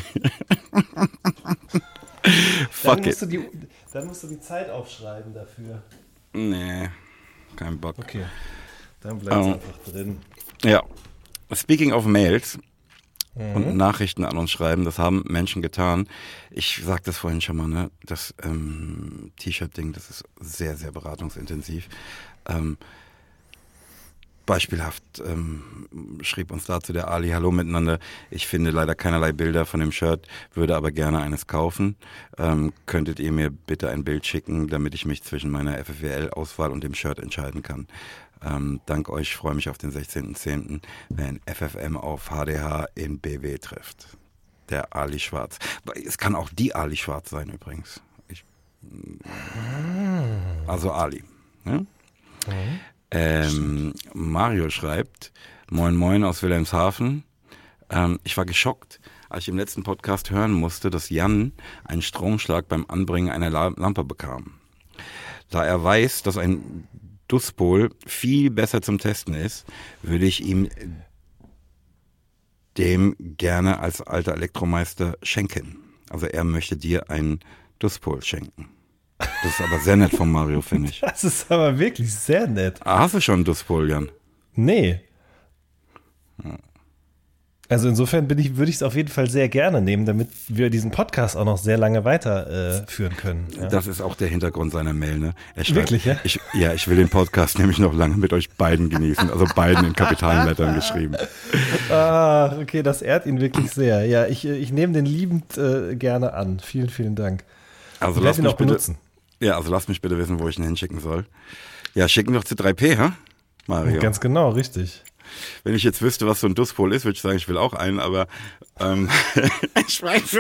Fuck dann, musst du die, dann musst du die Zeit aufschreiben dafür. Nee, kein Bock. Okay, dann bleibt es um, einfach drin. Ja, speaking of Mails mhm. und Nachrichten an uns schreiben, das haben Menschen getan. Ich sagte das vorhin schon mal, ne? Das ähm, T-Shirt-Ding, das ist sehr, sehr beratungsintensiv. Ähm, beispielhaft ähm, schrieb uns dazu der Ali, hallo miteinander, ich finde leider keinerlei Bilder von dem Shirt, würde aber gerne eines kaufen. Ähm, könntet ihr mir bitte ein Bild schicken, damit ich mich zwischen meiner F F W L-Auswahl und dem Shirt entscheiden kann. Ähm, dank euch, freue mich auf den sechzehnten zehnten, wenn F F M auf H D H in B W trifft. Der Ali Schwarz. Es kann auch die Ali Schwarz sein übrigens. Ich, also Ali. Ne? Mhm. Ähm, Mario schreibt, moin moin aus Wilhelmshaven. Ähm, ich war geschockt, als ich im letzten Podcast hören musste, dass Jan einen Stromschlag beim Anbringen einer Lampe bekam. Da er weiß, dass ein Duspol viel besser zum Testen ist, würde ich ihm dem gerne als alter Elektromeister schenken. Also er möchte dir einen Duspol schenken. Das ist aber sehr nett von Mario, finde ich. Das ist aber wirklich sehr nett. Ah, hast du schon einen Duspol, Jan? Nee. Also insofern bin ich, würde ich es auf jeden Fall sehr gerne nehmen, damit wir diesen Podcast auch noch sehr lange weiterführen äh, können. Ja. Das ist auch der Hintergrund seiner Mail, ne? Er schreibt, wirklich, ja? Ich, ja, ich will den Podcast nämlich noch lange mit euch beiden genießen. Also beiden in Kapitallettern geschrieben. Ah, okay, das ehrt ihn wirklich sehr. Ja, ich, ich nehme den liebend äh, gerne an. Vielen, vielen Dank. Also ich lass ihn mich auch bitte, benutzen. Ja, also lass mich bitte wissen, wo ich ihn hinschicken soll. Ja, schicken wir doch zu drei P, ha? Mario. Ganz genau, richtig. Wenn ich jetzt wüsste, was so ein Duspol ist, würde ich sagen, ich will auch einen, aber ähm, ich weiß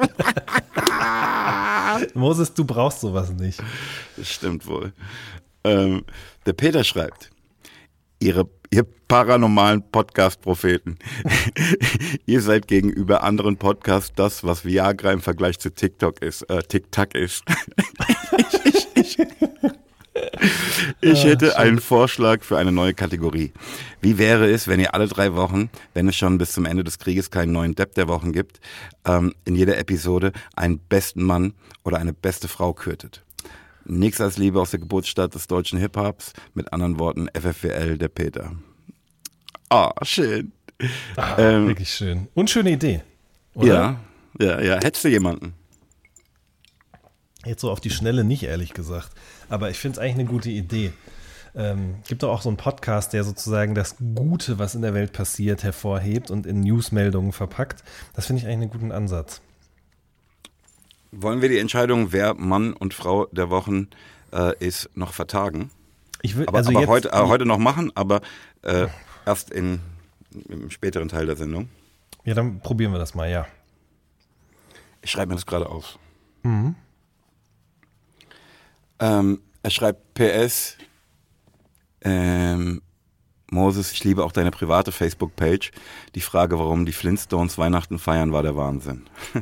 Moses, du brauchst sowas nicht. Das stimmt wohl. Ähm, der Peter schreibt, Ihre, ihr paranormalen Podcast-Propheten, ihr seid gegenüber anderen Podcasts das, was Viagra im Vergleich zu TikTok ist, äh, TikTok ist. ich, ich, ich, ich hätte Ach, einen Vorschlag für eine neue Kategorie. Wie wäre es, wenn ihr alle drei Wochen, wenn es schon bis zum Ende des Krieges keinen neuen Depp der Wochen gibt, ähm, in jeder Episode einen besten Mann oder eine beste Frau kürtet? Nichts als Liebe aus der Geburtsstadt des deutschen Hip-Hops, mit anderen Worten F F W L, der Peter. Ah, oh, schön. Ah, ähm, wirklich schön. Und schöne Idee, oder? Ja, ja, ja. Hättest du jemanden? Jetzt so auf die Schnelle nicht, ehrlich gesagt. Aber ich finde es eigentlich eine gute Idee. Ähm, gibt doch auch so einen Podcast, der sozusagen das Gute, was in der Welt passiert, hervorhebt und in Newsmeldungen verpackt. Das finde ich eigentlich einen guten Ansatz. Wollen wir die Entscheidung, wer Mann und Frau der Wochen äh, ist, noch vertagen? Ich will, aber also aber jetzt, heute, äh, heute noch machen, aber äh, erst in, im späteren Teil der Sendung. Ja, dann probieren wir das mal, ja. Ich schreibe mir das gerade auf. Mhm. Ähm, er schreibt P S, ähm, Moses, ich liebe auch deine private Facebook-Page. Die Frage, warum die Flintstones Weihnachten feiern, war der Wahnsinn.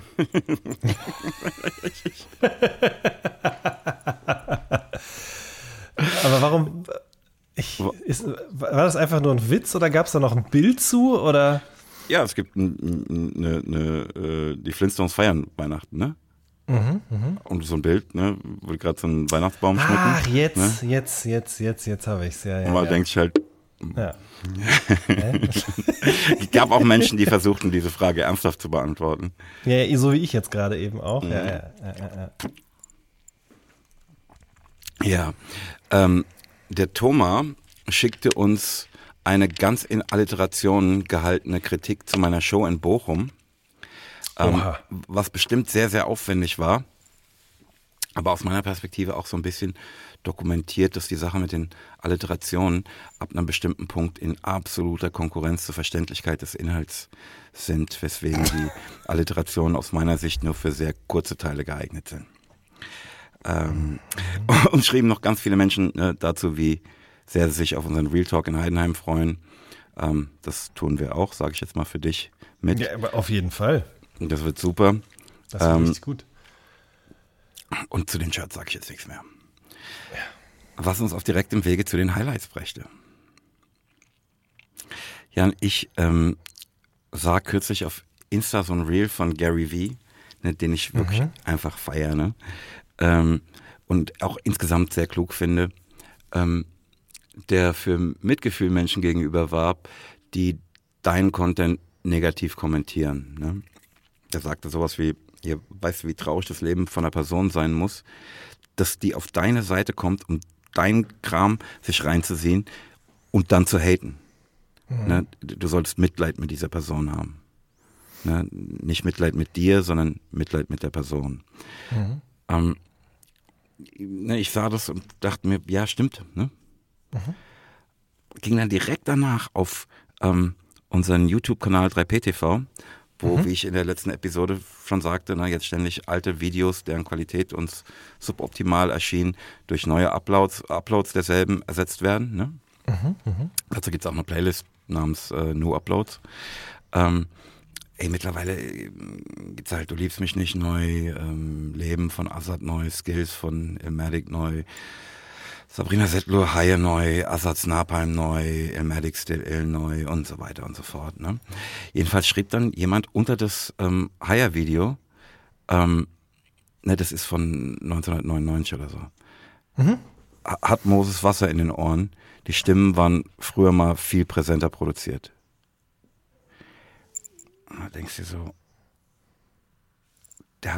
Aber warum? Ich, ist, war das einfach nur ein Witz oder gab es da noch ein Bild zu? Oder? Ja, es gibt eine, eine, eine, die Flintstones feiern Weihnachten, ne? Mhm, mh. Und so ein Bild, ne, wo die gerade so einen Weihnachtsbaum schmücken. Ach, jetzt, ne? jetzt, jetzt, jetzt, jetzt habe ich es. Ja, ja, Und man ja. denkt sich halt, ja. Es gab auch Menschen, die versuchten, diese Frage ernsthaft zu beantworten. Ja, so wie ich jetzt gerade eben auch. Mhm. Ja, ja, ja, ja. Ja, ähm, der Thomas schickte uns eine ganz in Alliterationen gehaltene Kritik zu meiner Show in Bochum, ähm, was bestimmt sehr, sehr aufwendig war, aber aus meiner Perspektive auch so ein bisschen dokumentiert, dass die Sache mit den Alliterationen ab einem bestimmten Punkt in absoluter Konkurrenz zur Verständlichkeit des Inhalts sind, weswegen die Alliterationen aus meiner Sicht nur für sehr kurze Teile geeignet sind. Ähm, und schrieben noch ganz viele Menschen äh, dazu, wie sehr sie sich auf unseren Real Talk in Heidenheim freuen. Ähm, das tun wir auch, sage ich jetzt mal für dich mit. Ja, aber auf jeden Fall. Und das wird super. Das wird ähm, richtig gut. Und zu den Shirts sage ich jetzt nichts mehr. Ja. Was uns auf direktem Wege zu den Highlights brächte. Jan, ich ähm, sah kürzlich auf Insta so ein Reel von Gary Vee, ne, den ich wirklich mhm. einfach feiere, ne? Ähm, und auch insgesamt sehr klug finde, ähm, der für Mitgefühl Menschen gegenüber warb, die deinen Content negativ kommentieren. Ne? Der sagte sowas wie, ihr weißt, wie traurig das Leben von einer Person sein muss, dass die auf deine Seite kommt, um deinen Kram sich reinzuziehen, und dann zu haten. Mhm. Ne? Du solltest Mitleid mit dieser Person haben. Ne? Nicht Mitleid mit dir, sondern Mitleid mit der Person. Mhm. Ähm, ne, ich sah das und dachte mir, ja, stimmt. Ne? Mhm. Ging dann direkt danach auf ähm, unseren YouTube-Kanal drei P T V, wo, Mhm. wie ich in der letzten Episode schon sagte, ne, jetzt ständig alte Videos, deren Qualität uns suboptimal erschien, durch neue Uploads, Uploads derselben ersetzt werden. Ne? Mhm. Mhm. Dazu gibt es auch eine Playlist namens äh, New Uploads. Ähm, ey, mittlerweile äh, gibt's halt Du liebst mich nicht neu, ähm, Leben von Azad neu, Skills von Illmatic neu, Sabrina Settler, Haie neu, Azad Napalm neu, Illmatic Still Ill neu und so weiter und so fort. Ne? Jedenfalls schrieb dann jemand unter das ähm, Haie-Video, ähm, ne, das ist von neunzehnhundertneunundneunzig oder so, Mhm. hat Moses Wasser in den Ohren. Die Stimmen waren früher mal viel präsenter produziert. Und da denkst du dir so, der hat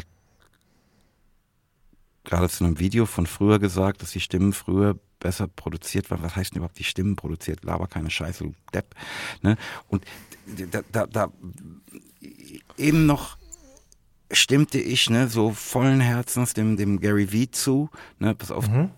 gerade zu einem Video von früher gesagt, dass die Stimmen früher besser produziert waren. Was heißt denn überhaupt die Stimmen produziert? Laber keine Scheiße, du Depp. Ne? Und da, da, da eben noch stimmte ich ne, so vollen Herzens dem, dem Gary Vee zu. Ne, pass auf, Mhm.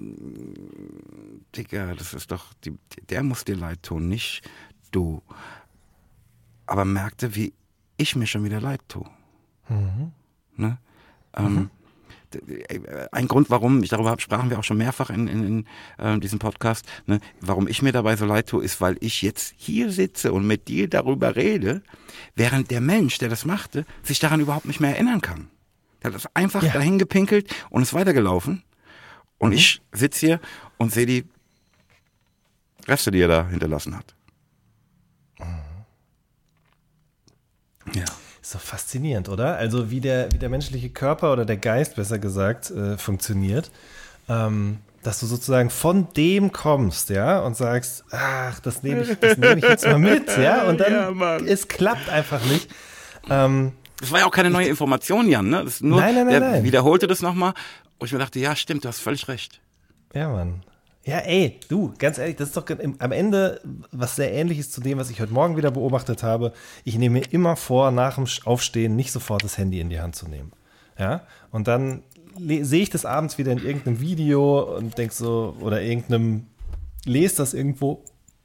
Digga, das ist doch, die, der muss dir leid tun, nicht du. Aber merkte, wie ich mir schon wieder leid tue. Mhm. Ne? Ähm, d- ein Grund, warum, ich darüber sprachen wir auch schon mehrfach in, in, in äh, diesem Podcast, ne, warum ich mir dabei so leid tue, ist, weil ich jetzt hier sitze und mit dir darüber rede, während der Mensch, der das machte, sich daran überhaupt nicht mehr erinnern kann. Der hat das einfach Ja. dahin gepinkelt und ist weitergelaufen. Und Mhm. ich sitze hier und sehe die Reste, die er da hinterlassen hat. Ja. Ist doch faszinierend, oder? Also wie der, wie der menschliche Körper oder der Geist, besser gesagt, äh, funktioniert. Ähm, dass du sozusagen von dem kommst, ja, und sagst, ach, das nehme ich, das nehme ich jetzt mal mit, ja, und dann, Ja, Mann. es klappt einfach nicht. Ähm, Das war ja auch keine neue Information, Jan. Ne? Das ist nur, Nein, nein, nein, der nein. wiederholte das nochmal. Und ich mir dachte, ja, stimmt, du hast völlig recht. ja, Mann. Ja, ey, du, ganz ehrlich, das ist doch im, am Ende was sehr Ähnliches zu dem, was ich heute Morgen wieder beobachtet habe. Ich nehme mir immer vor, nach dem Aufstehen nicht sofort das Handy in die Hand zu nehmen. Ja, und dann le- sehe ich das abends wieder in irgendeinem Video und denk so, oder irgendeinem, lese das irgendwo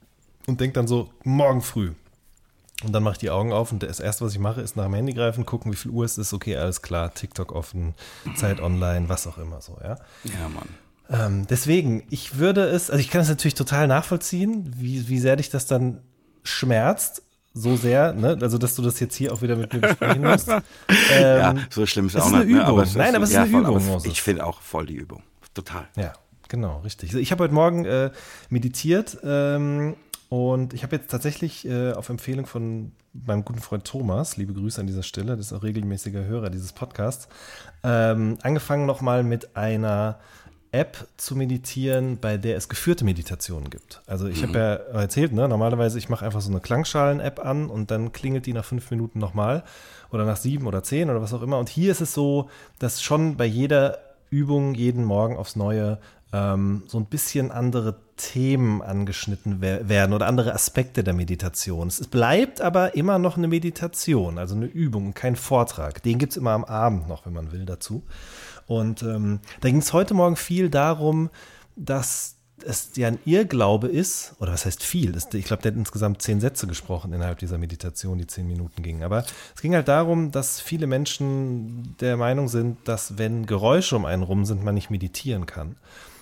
und denk dann so, morgen früh. Und dann mache ich die Augen auf und das Erste, was ich mache, ist nach dem Handy greifen, gucken, wie viel Uhr es ist. Okay, alles klar, TikTok offen, Zeit online, was auch immer so, ja. Ja, Mann. Ähm, deswegen, ich würde es, also ich kann es natürlich total nachvollziehen, wie, wie sehr dich das dann schmerzt, so sehr, ne? Also dass du das jetzt hier auch wieder mit mir besprechen musst. Ähm, Ja, so schlimm ist es es auch ist nicht. eine Ne? Übung. Aber es Nein, ist, aber es ist ja, eine voll, Übung, aber es- Moses. Ich finde auch voll die Übung. Total. Ja, genau, richtig. Ich habe heute Morgen äh, meditiert ähm, und ich habe jetzt tatsächlich äh, auf Empfehlung von meinem guten Freund Thomas, liebe Grüße an dieser Stelle, das ist auch regelmäßiger Hörer dieses Podcasts, ähm, angefangen nochmal mit einer App zu meditieren, bei der es geführte Meditationen gibt. Also ich habe ja erzählt, ne, normalerweise ich mache einfach so eine Klangschalen-App an und dann klingelt die nach fünf Minuten nochmal oder nach sieben oder zehn oder was auch immer. Und hier ist es so, dass schon bei jeder Übung jeden Morgen aufs Neue ähm, so ein bisschen andere Themen angeschnitten wer- werden oder andere Aspekte der Meditation. Es bleibt aber immer noch eine Meditation, also eine Übung, kein Vortrag. Den gibt es immer am Abend noch, wenn man will, dazu. Und ähm, da ging es heute Morgen viel darum, dass es ja ein Irrglaube ist, oder was heißt viel? Das, ich glaube, der hat insgesamt zehn Sätze gesprochen innerhalb dieser Meditation, die zehn Minuten ging. Aber es ging halt darum, dass viele Menschen der Meinung sind, dass wenn Geräusche um einen rum sind, man nicht meditieren kann.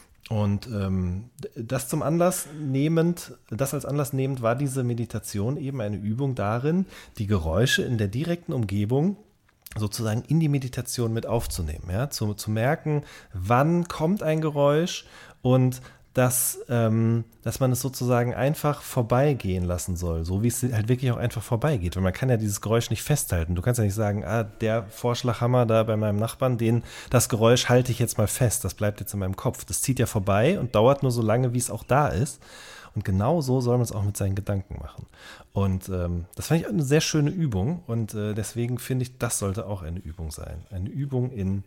Und ähm, das zum Anlass nehmend, das als Anlass nehmend war diese Meditation eben eine Übung darin, die Geräusche in der direkten Umgebung sozusagen in die Meditation mit aufzunehmen, ja, zu, zu merken, wann kommt ein Geräusch und dass, ähm, dass man es sozusagen einfach vorbeigehen lassen soll, so wie es halt wirklich auch einfach vorbeigeht, weil man kann ja dieses Geräusch nicht festhalten. Du kannst ja nicht sagen, ah, der Vorschlaghammer da bei meinem Nachbarn, den, das Geräusch halte ich jetzt mal fest, das bleibt jetzt in meinem Kopf. Das zieht ja vorbei und dauert nur so lange, wie es auch da ist. Und genau so soll man es auch mit seinen Gedanken machen. Und ähm, das fand ich eine sehr schöne Übung und äh, deswegen finde ich, das sollte auch eine Übung sein. Eine Übung in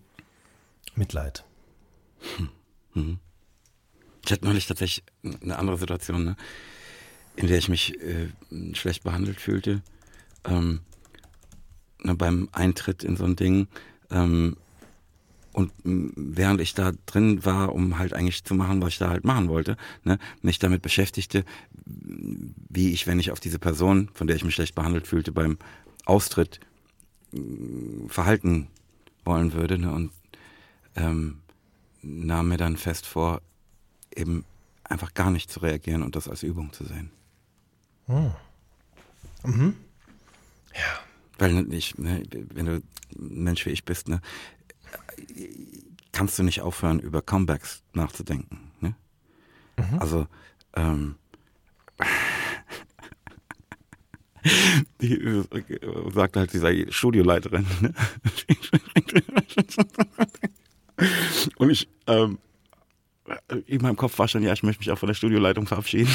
Mitleid. Ich hatte neulich tatsächlich eine andere Situation. Ne? in der ich mich äh, schlecht behandelt fühlte, ähm, ne, beim Eintritt in so ein Ding. Ähm, und m, während ich da drin war, um halt eigentlich zu machen, was ich da halt machen wollte, ne, mich damit beschäftigte, wie ich, wenn ich auf diese Person, von der ich mich schlecht behandelt fühlte, beim Austritt m, verhalten wollen würde. Ne, und ähm, nahm mir dann fest vor, eben einfach gar nicht zu reagieren und das als Übung zu sehen. Hm. Mhm. Ja. Weil ich, ne, wenn du ein Mensch wie ich bist, ne, kannst du nicht aufhören, über Comebacks nachzudenken. Ne? Mhm. Also, ähm, die äh, sagt halt dieser Studioleiterin, ne? Und ich, ähm, in meinem Kopf war schon, ja, ich möchte mich auch von der Studioleitung verabschieden.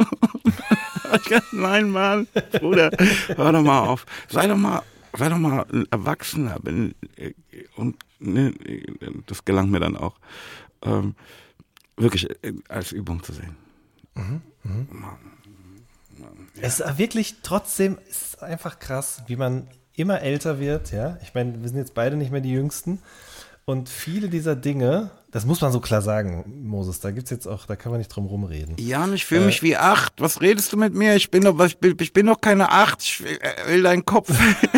Nein, Mann, Bruder, hör doch mal auf. Sei doch mal, sei doch mal ein Erwachsener. Und ne, das gelang mir dann auch, ähm, wirklich als Übung zu sehen. Mhm, mh. Es ist wirklich trotzdem, es ist einfach krass, wie man immer älter wird. Ja, ich meine, wir sind jetzt beide nicht mehr die Jüngsten. Und viele dieser Dinge, das muss man so klar sagen, Moses, da gibt's jetzt auch, da kann man nicht drum rumreden. Jan, ich fühle äh, mich wie acht. Was redest du mit mir? Ich bin doch, ich bin, ich bin doch keine acht. Ich will deinen Kopf.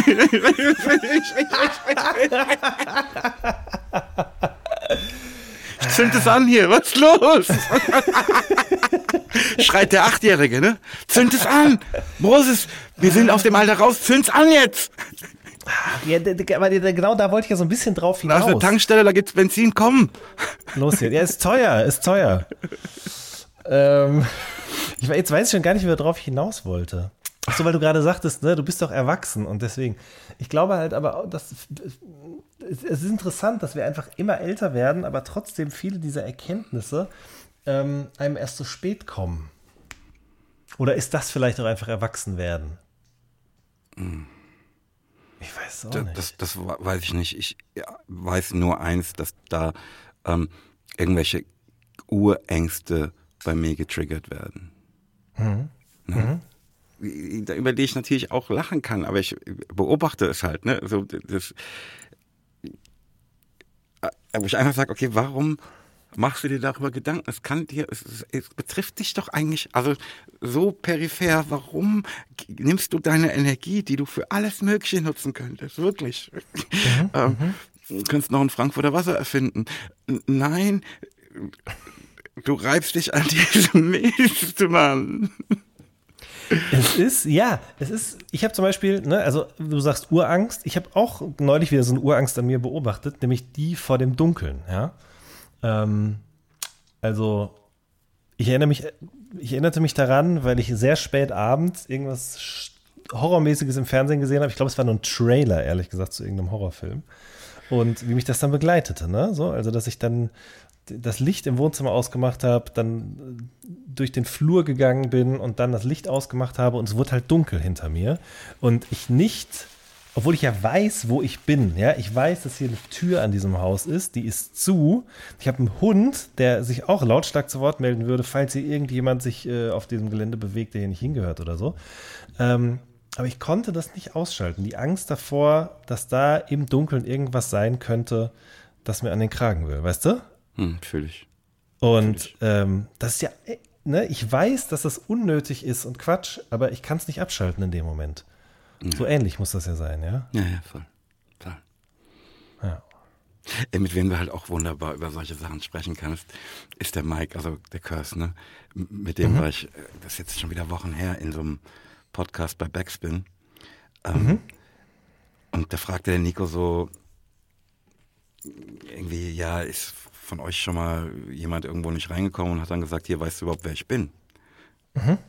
Ich zünd es an hier. Was ist los? Schreit der Achtjährige, ne? Zünd es an. Moses, wir sind aus dem Alter raus. Zünd's an jetzt. Ja, aber genau da wollte ich ja so ein bisschen drauf hinaus. Da ist eine Tankstelle, da gibt's Benzin, komm. Los hier. Ja, ist teuer, ist teuer. ähm, ich, jetzt weiß ich schon gar nicht, wie er drauf hinaus wollte. Ach so, weil du gerade sagtest, ne, du bist doch erwachsen und deswegen. Ich glaube halt aber, dass, es ist interessant, dass wir einfach immer älter werden, aber trotzdem viele dieser Erkenntnisse ähm, einem erst so spät kommen. Oder ist das vielleicht auch einfach erwachsen werden? Mhm. Ich weiß es auch das, nicht. Das, das weiß ich nicht. Ich weiß nur eins, dass da ähm, irgendwelche Urängste bei mir getriggert werden. Mhm. Ne? Mhm. Über die ich natürlich auch lachen kann, aber ich beobachte es halt. Ne? So, das, wo ich einfach sage, okay, warum machst du dir darüber Gedanken? Es kann dir, es, es betrifft dich doch eigentlich, also so peripher. Warum nimmst du deine Energie, die du für alles Mögliche nutzen könntest? Wirklich. Mhm, ähm, du könntest noch ein Frankfurter Wasser erfinden. Nein, du reibst dich an diesem Mist, Mann. Es ist, ja, es ist, ich habe zum Beispiel, ne, also du sagst Urangst, ich habe auch neulich wieder so eine Urangst an mir beobachtet, nämlich die vor dem Dunkeln, ja. Ähm, also ich erinnere mich, ich erinnerte mich daran, weil ich sehr spät abends irgendwas Horrormäßiges im Fernsehen gesehen habe. Ich glaube, es war nur ein Trailer, ehrlich gesagt, zu irgendeinem Horrorfilm. Und wie mich das dann begleitete, ne? So, also dass ich dann das Licht im Wohnzimmer ausgemacht habe, dann durch den Flur gegangen bin und dann das Licht ausgemacht habe und es wurde halt dunkel hinter mir. Und ich nicht, obwohl ich ja weiß, wo ich bin, ja, ich weiß, dass hier eine Tür an diesem Haus ist, die ist zu. Ich habe einen Hund, der sich auch lautstark zu Wort melden würde, falls hier irgendjemand sich äh, auf diesem Gelände bewegt, der hier nicht hingehört oder so. Ähm, aber ich konnte das nicht ausschalten. Die Angst davor, dass da im Dunkeln irgendwas sein könnte, das mir an den Kragen will, weißt du? Hm, fühl ich. Und fühl ich. Ähm, das ist ja, ne, ich weiß, dass das unnötig ist und Quatsch, aber ich kann es nicht abschalten in dem Moment. Ja. So ähnlich muss das ja sein, ja? Ja, ja, voll. voll. Ja. Ey, mit wem du halt auch wunderbar über solche Sachen sprechen kannst, ist der Mike, also der Curse, ne? Mit dem mhm. war ich, das ist jetzt schon wieder Wochen her, in so einem Podcast bei Backspin. Ähm, mhm. Und da fragte der Nico so, irgendwie, ja, ist von euch schon mal jemand irgendwo nicht reingekommen und hat dann gesagt, hier, weißt du überhaupt, wer ich bin? Mhm.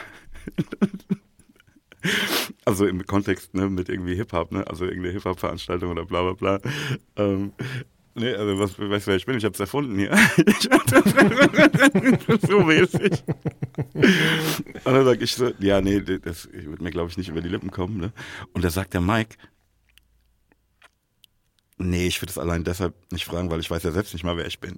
Also im Kontext, ne, mit irgendwie Hip-Hop, ne, also irgendeine Hip-Hop-Veranstaltung oder bla bla bla. Ähm, ne, also was, weißt du, wer ich bin? Ich hab's erfunden hier. So mäßig. Und dann sag ich so, ja, nee, das würde mir, glaube ich, nicht über die Lippen kommen, ne. Und da sagt der Mike, Nee, ich würde es allein deshalb nicht fragen, weil ich weiß ja selbst nicht mal, wer ich bin.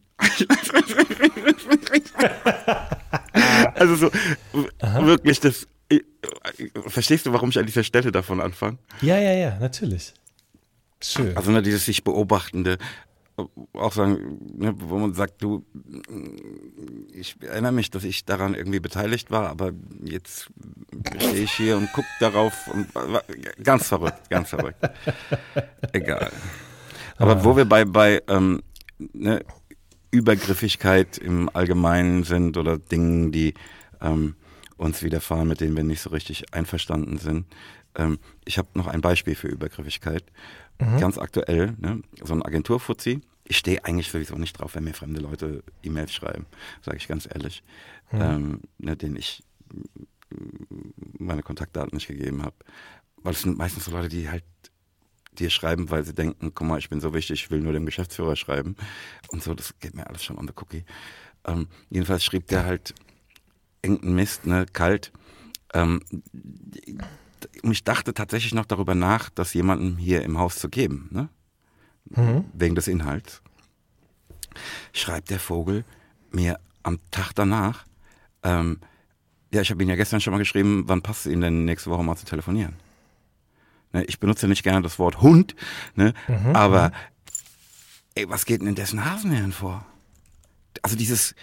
Also so, Aha. wirklich, das, verstehst du, warum ich an dieser Stelle davon anfange? Ja, ja, ja, natürlich. Schön. Also ne, dieses sich Beobachtende, auch sagen, ne, wo man sagt, du, ich erinnere mich, dass ich daran irgendwie beteiligt war, aber jetzt stehe ich hier und gucke darauf und ganz verrückt, ganz verrückt. Egal. Aber ah. wo wir bei, bei ähm, ne, Übergriffigkeit im Allgemeinen sind oder Dingen, die ähm, uns widerfahren, mit denen wir nicht so richtig einverstanden sind. Ähm, ich habe noch ein Beispiel für Übergriffigkeit. Mhm. Ganz aktuell, ne? So ein Agenturfuzzi. Ich stehe eigentlich sowieso nicht drauf, wenn mir fremde Leute E-Mails schreiben, sage ich ganz ehrlich, mhm. ähm, ne, denen ich meine Kontaktdaten nicht gegeben habe. Weil es sind meistens so Leute, die halt dir schreiben, weil sie denken, guck mal, ich bin so wichtig, ich will nur dem Geschäftsführer schreiben. Und so, das geht mir alles schon on the cookie. Ähm, jedenfalls schrieb der halt irgendeinen Mist, ne, kalt. Ähm, Und ich dachte tatsächlich noch darüber nach, das jemandem hier im Haus zu geben, ne? Mhm. Wegen des Inhalts. Schreibt der Vogel mir am Tag danach, ähm, ja, ich habe Ihnen ja gestern schon mal geschrieben, wann passt es Ihnen denn nächste Woche mal zu telefonieren? Ne, ich benutze nicht gerne das Wort Hund, ne? Mhm. Aber ey, was geht denn in dessen Hasenhirn vor? Also dieses,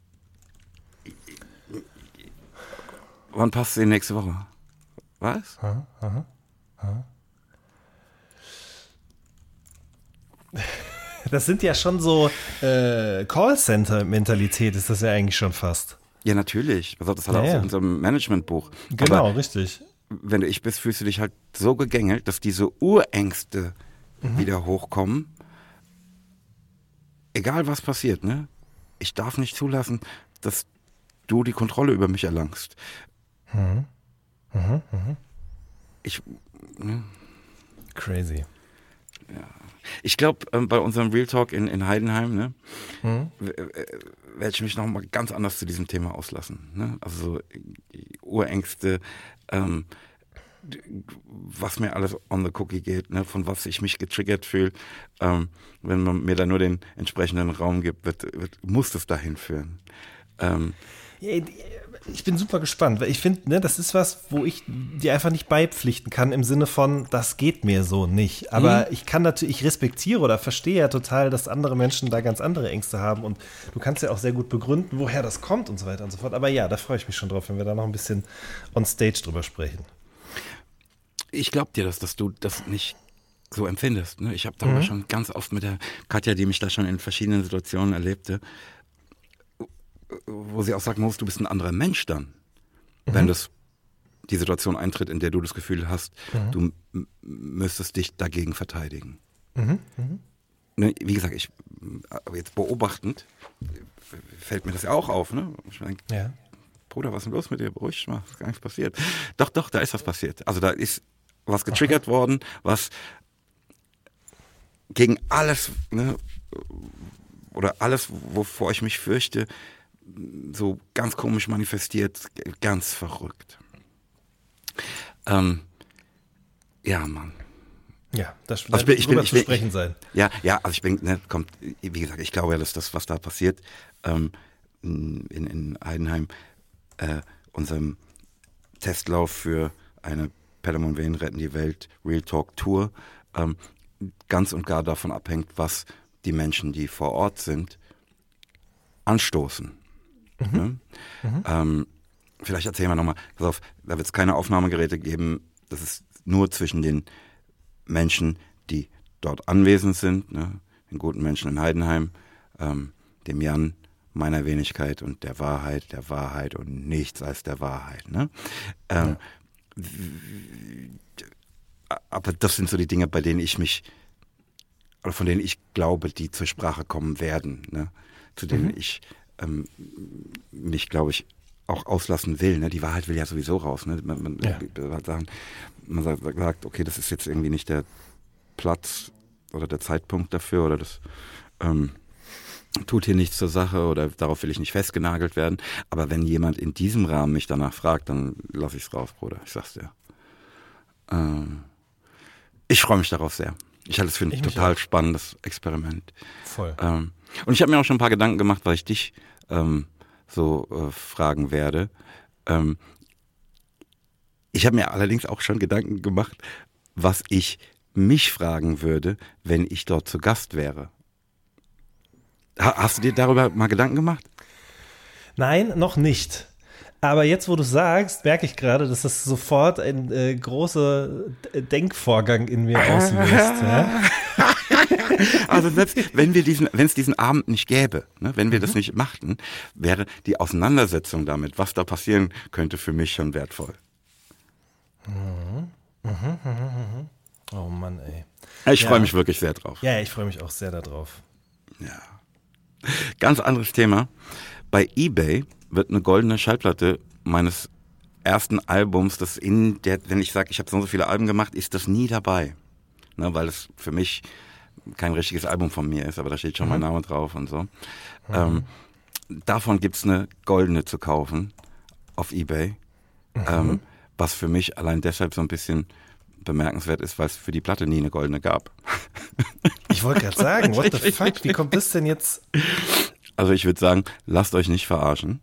wann passt es Ihnen nächste Woche? Was? Aha, aha, aha. Das sind ja schon so äh, Callcenter-Mentalität, ist das ja eigentlich schon fast. Ja, natürlich. Also das hat ja, auch ja. in unserem Managementbuch. Genau, Aber richtig. Wenn du ich bist, fühlst du dich halt so gegängelt, dass diese Urängste mhm. wieder hochkommen. Egal was passiert, ne? Ich darf nicht zulassen, dass du die Kontrolle über mich erlangst. Mhm. Mhm, mh. Ich, ne? Crazy. Ja. Ich glaube, ähm, bei unserem Real Talk in, in Heidenheim, ne, mhm. werde ich mich noch mal ganz anders zu diesem Thema auslassen. Ne? Also so, Urängste, ähm, was mir alles on the cookie geht, ne, von was ich mich getriggert fühle. Ähm, wenn man mir da nur den entsprechenden Raum gibt, wird, wird, muss das dahin führen. Ähm, Ich bin super gespannt, weil ich finde, ne, das ist was, wo ich dir einfach nicht beipflichten kann im Sinne von, das geht mir so nicht. Aber mhm. ich kann natürlich, ich respektiere oder verstehe ja total, dass andere Menschen da ganz andere Ängste haben und du kannst ja auch sehr gut begründen, woher das kommt und so weiter und so fort. Aber ja, da freue ich mich schon drauf, wenn wir da noch ein bisschen on stage drüber sprechen. Ich glaube dir das, dass du das nicht so empfindest. Ne? Ich habe darüber mhm. schon ganz oft mit der Katja, die mich da schon in verschiedenen Situationen erlebte, wo sie auch sagen muss, du bist ein anderer Mensch dann, mhm. wenn das die Situation eintritt, in der du das Gefühl hast, mhm. du m- müsstest dich dagegen verteidigen. Mhm. Mhm. Ne, wie gesagt, ich, aber jetzt beobachtend fällt mir das ja auch auf. Ne? Ich denke, ja. Bruder, was ist denn los mit dir? Beruhig dich mal, ist gar nichts passiert. Doch, doch, da ist was passiert. Also da ist was getriggert Aha. worden, was gegen alles, ne, oder alles, wovor ich mich fürchte, so ganz komisch manifestiert, ganz verrückt. Ähm, ja, Mann. Ja, das also ich bin, ich bin, ich zu bin, sprechen ich, sein. Ja, ja, also ich bin, ne, kommt, wie gesagt, ich glaube ja, dass das, was da passiert, ähm, in, in Heidenheim, äh, unserem Testlauf für eine Pelham und Wayne retten die Welt Real Talk Tour, ähm, ganz und gar davon abhängt, was die Menschen, die vor Ort sind, anstoßen. Mhm. Ne? Mhm. Ähm, vielleicht erzählen wir nochmal, pass auf, da wird es keine Aufnahmegeräte geben, das ist nur zwischen den Menschen, die dort anwesend sind, ne? Den guten Menschen in Heidenheim, ähm, dem Jan, meiner Wenigkeit und der Wahrheit, der Wahrheit und nichts als der Wahrheit. Ne? Ähm, ja. Aber das sind so die Dinge, bei denen ich mich, oder von denen ich glaube, die zur Sprache kommen werden, ne? Zu denen mhm. ich ähm, mich, glaube ich, auch auslassen will. Ne? Die Wahrheit will ja sowieso raus. Ne? Man, man, ja. man sagt, okay, das ist jetzt irgendwie nicht der Platz oder der Zeitpunkt dafür oder das ähm, tut hier nichts zur Sache oder darauf will ich nicht festgenagelt werden. Aber wenn jemand in diesem Rahmen mich danach fragt, dann lasse ich es raus, Bruder. Ich sag's dir. Ähm, ich freue mich darauf sehr. Ich halte es für ein Ich mich total auch. spannendes Experiment. Voll. Ähm, und ich habe mir auch schon ein paar Gedanken gemacht, weil ich dich ähm, so äh, fragen werde. Ähm, ich habe mir allerdings auch schon Gedanken gemacht, was ich mich fragen würde, wenn ich dort zu Gast wäre. Ha- hast du dir darüber mal Gedanken gemacht? Nein, noch nicht. Aber jetzt, wo du sagst, merke ich gerade, dass das sofort ein äh, großer D- Denkvorgang in mir auslöst. Ja? Also selbst wenn wir diesen, wenn es diesen Abend nicht gäbe, ne, wenn wir das nicht machten, wäre die Auseinandersetzung damit, was da passieren könnte, für mich schon wertvoll. Oh Mann, ey. Ich Ja. freue mich wirklich sehr drauf. Ja, ich freue mich auch sehr darauf. Ja. Ganz anderes Thema. Bei eBay wird eine goldene Schallplatte meines ersten Albums, das in der, wenn ich sage, ich habe so und so viele Alben gemacht, ist das nie dabei. Ne, weil es für mich kein richtiges Album von mir ist, aber da steht schon mein Name drauf und so. Ähm, davon gibt's eine goldene zu kaufen auf eBay, ähm, was für mich allein deshalb so ein bisschen bemerkenswert ist, weil es für die Platte nie eine goldene gab. Ich wollte gerade sagen, what the fuck, wie kommt das denn jetzt? Also ich würde sagen, lasst euch nicht verarschen.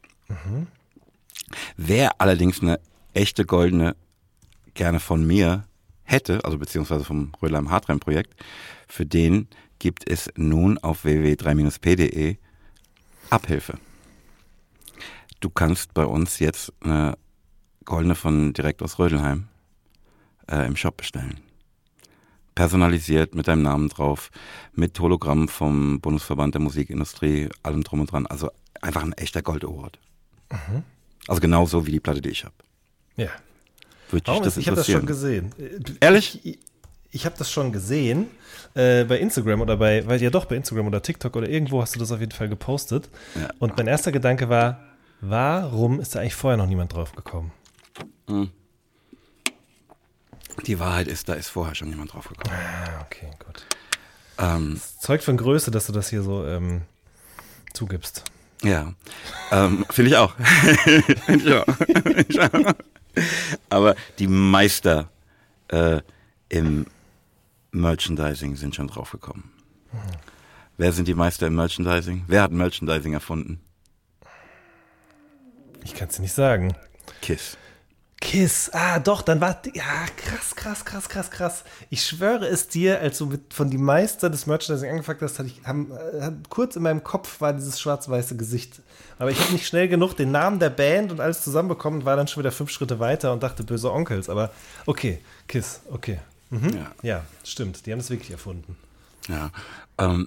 Wer allerdings eine echte goldene gerne von mir hätte, also beziehungsweise vom Rödler Hartreim Projekt, für den gibt es nun auf w w w punkt drei p punkt d e Abhilfe. Du kannst bei uns jetzt eine goldene von direkt aus Rödelheim äh, im Shop bestellen. Personalisiert mit deinem Namen drauf, mit Hologramm vom Bundesverband der Musikindustrie, allem drum und dran. Also einfach ein echter Gold Award. Mhm. Also genauso wie die Platte, die ich habe. Ja. Würde dich Warum das ist, ich habe das schon interessieren? gesehen. Ehrlich? Ich, ich habe das schon gesehen äh, bei Instagram oder bei, weil ja doch bei Instagram oder TikTok oder irgendwo hast du das auf jeden Fall gepostet. Ja. Und mein erster Gedanke war, warum ist da eigentlich vorher noch niemand drauf gekommen? Die Wahrheit ist, da ist vorher schon jemand drauf gekommen. Ah, okay, gut. Ähm, Das zeugt von Größe, dass du das hier so ähm, zugibst. ja, ähm, finde ich auch. Find ich auch. Find ich auch. Aber die Meister äh, im Merchandising sind schon drauf gekommen. Mhm. Wer sind die Meister im Merchandising? Wer hat Merchandising erfunden? Ich kann es dir nicht sagen. Kiss. Kiss, ah doch, dann war, ja krass, krass, krass, krass, krass. Ich schwöre es dir, als du mit, von die Meister des Merchandising angefangen hast, hatte ich, haben, äh, kurz in meinem Kopf war dieses schwarz-weiße Gesicht. Aber ich habe nicht schnell genug den Namen der Band und alles zusammenbekommen und war dann schon wieder fünf Schritte weiter und dachte, böse Onkels. Aber okay, Kiss, okay. Mhm. Ja. Ja, stimmt, die haben es wirklich erfunden. Ja. Ähm,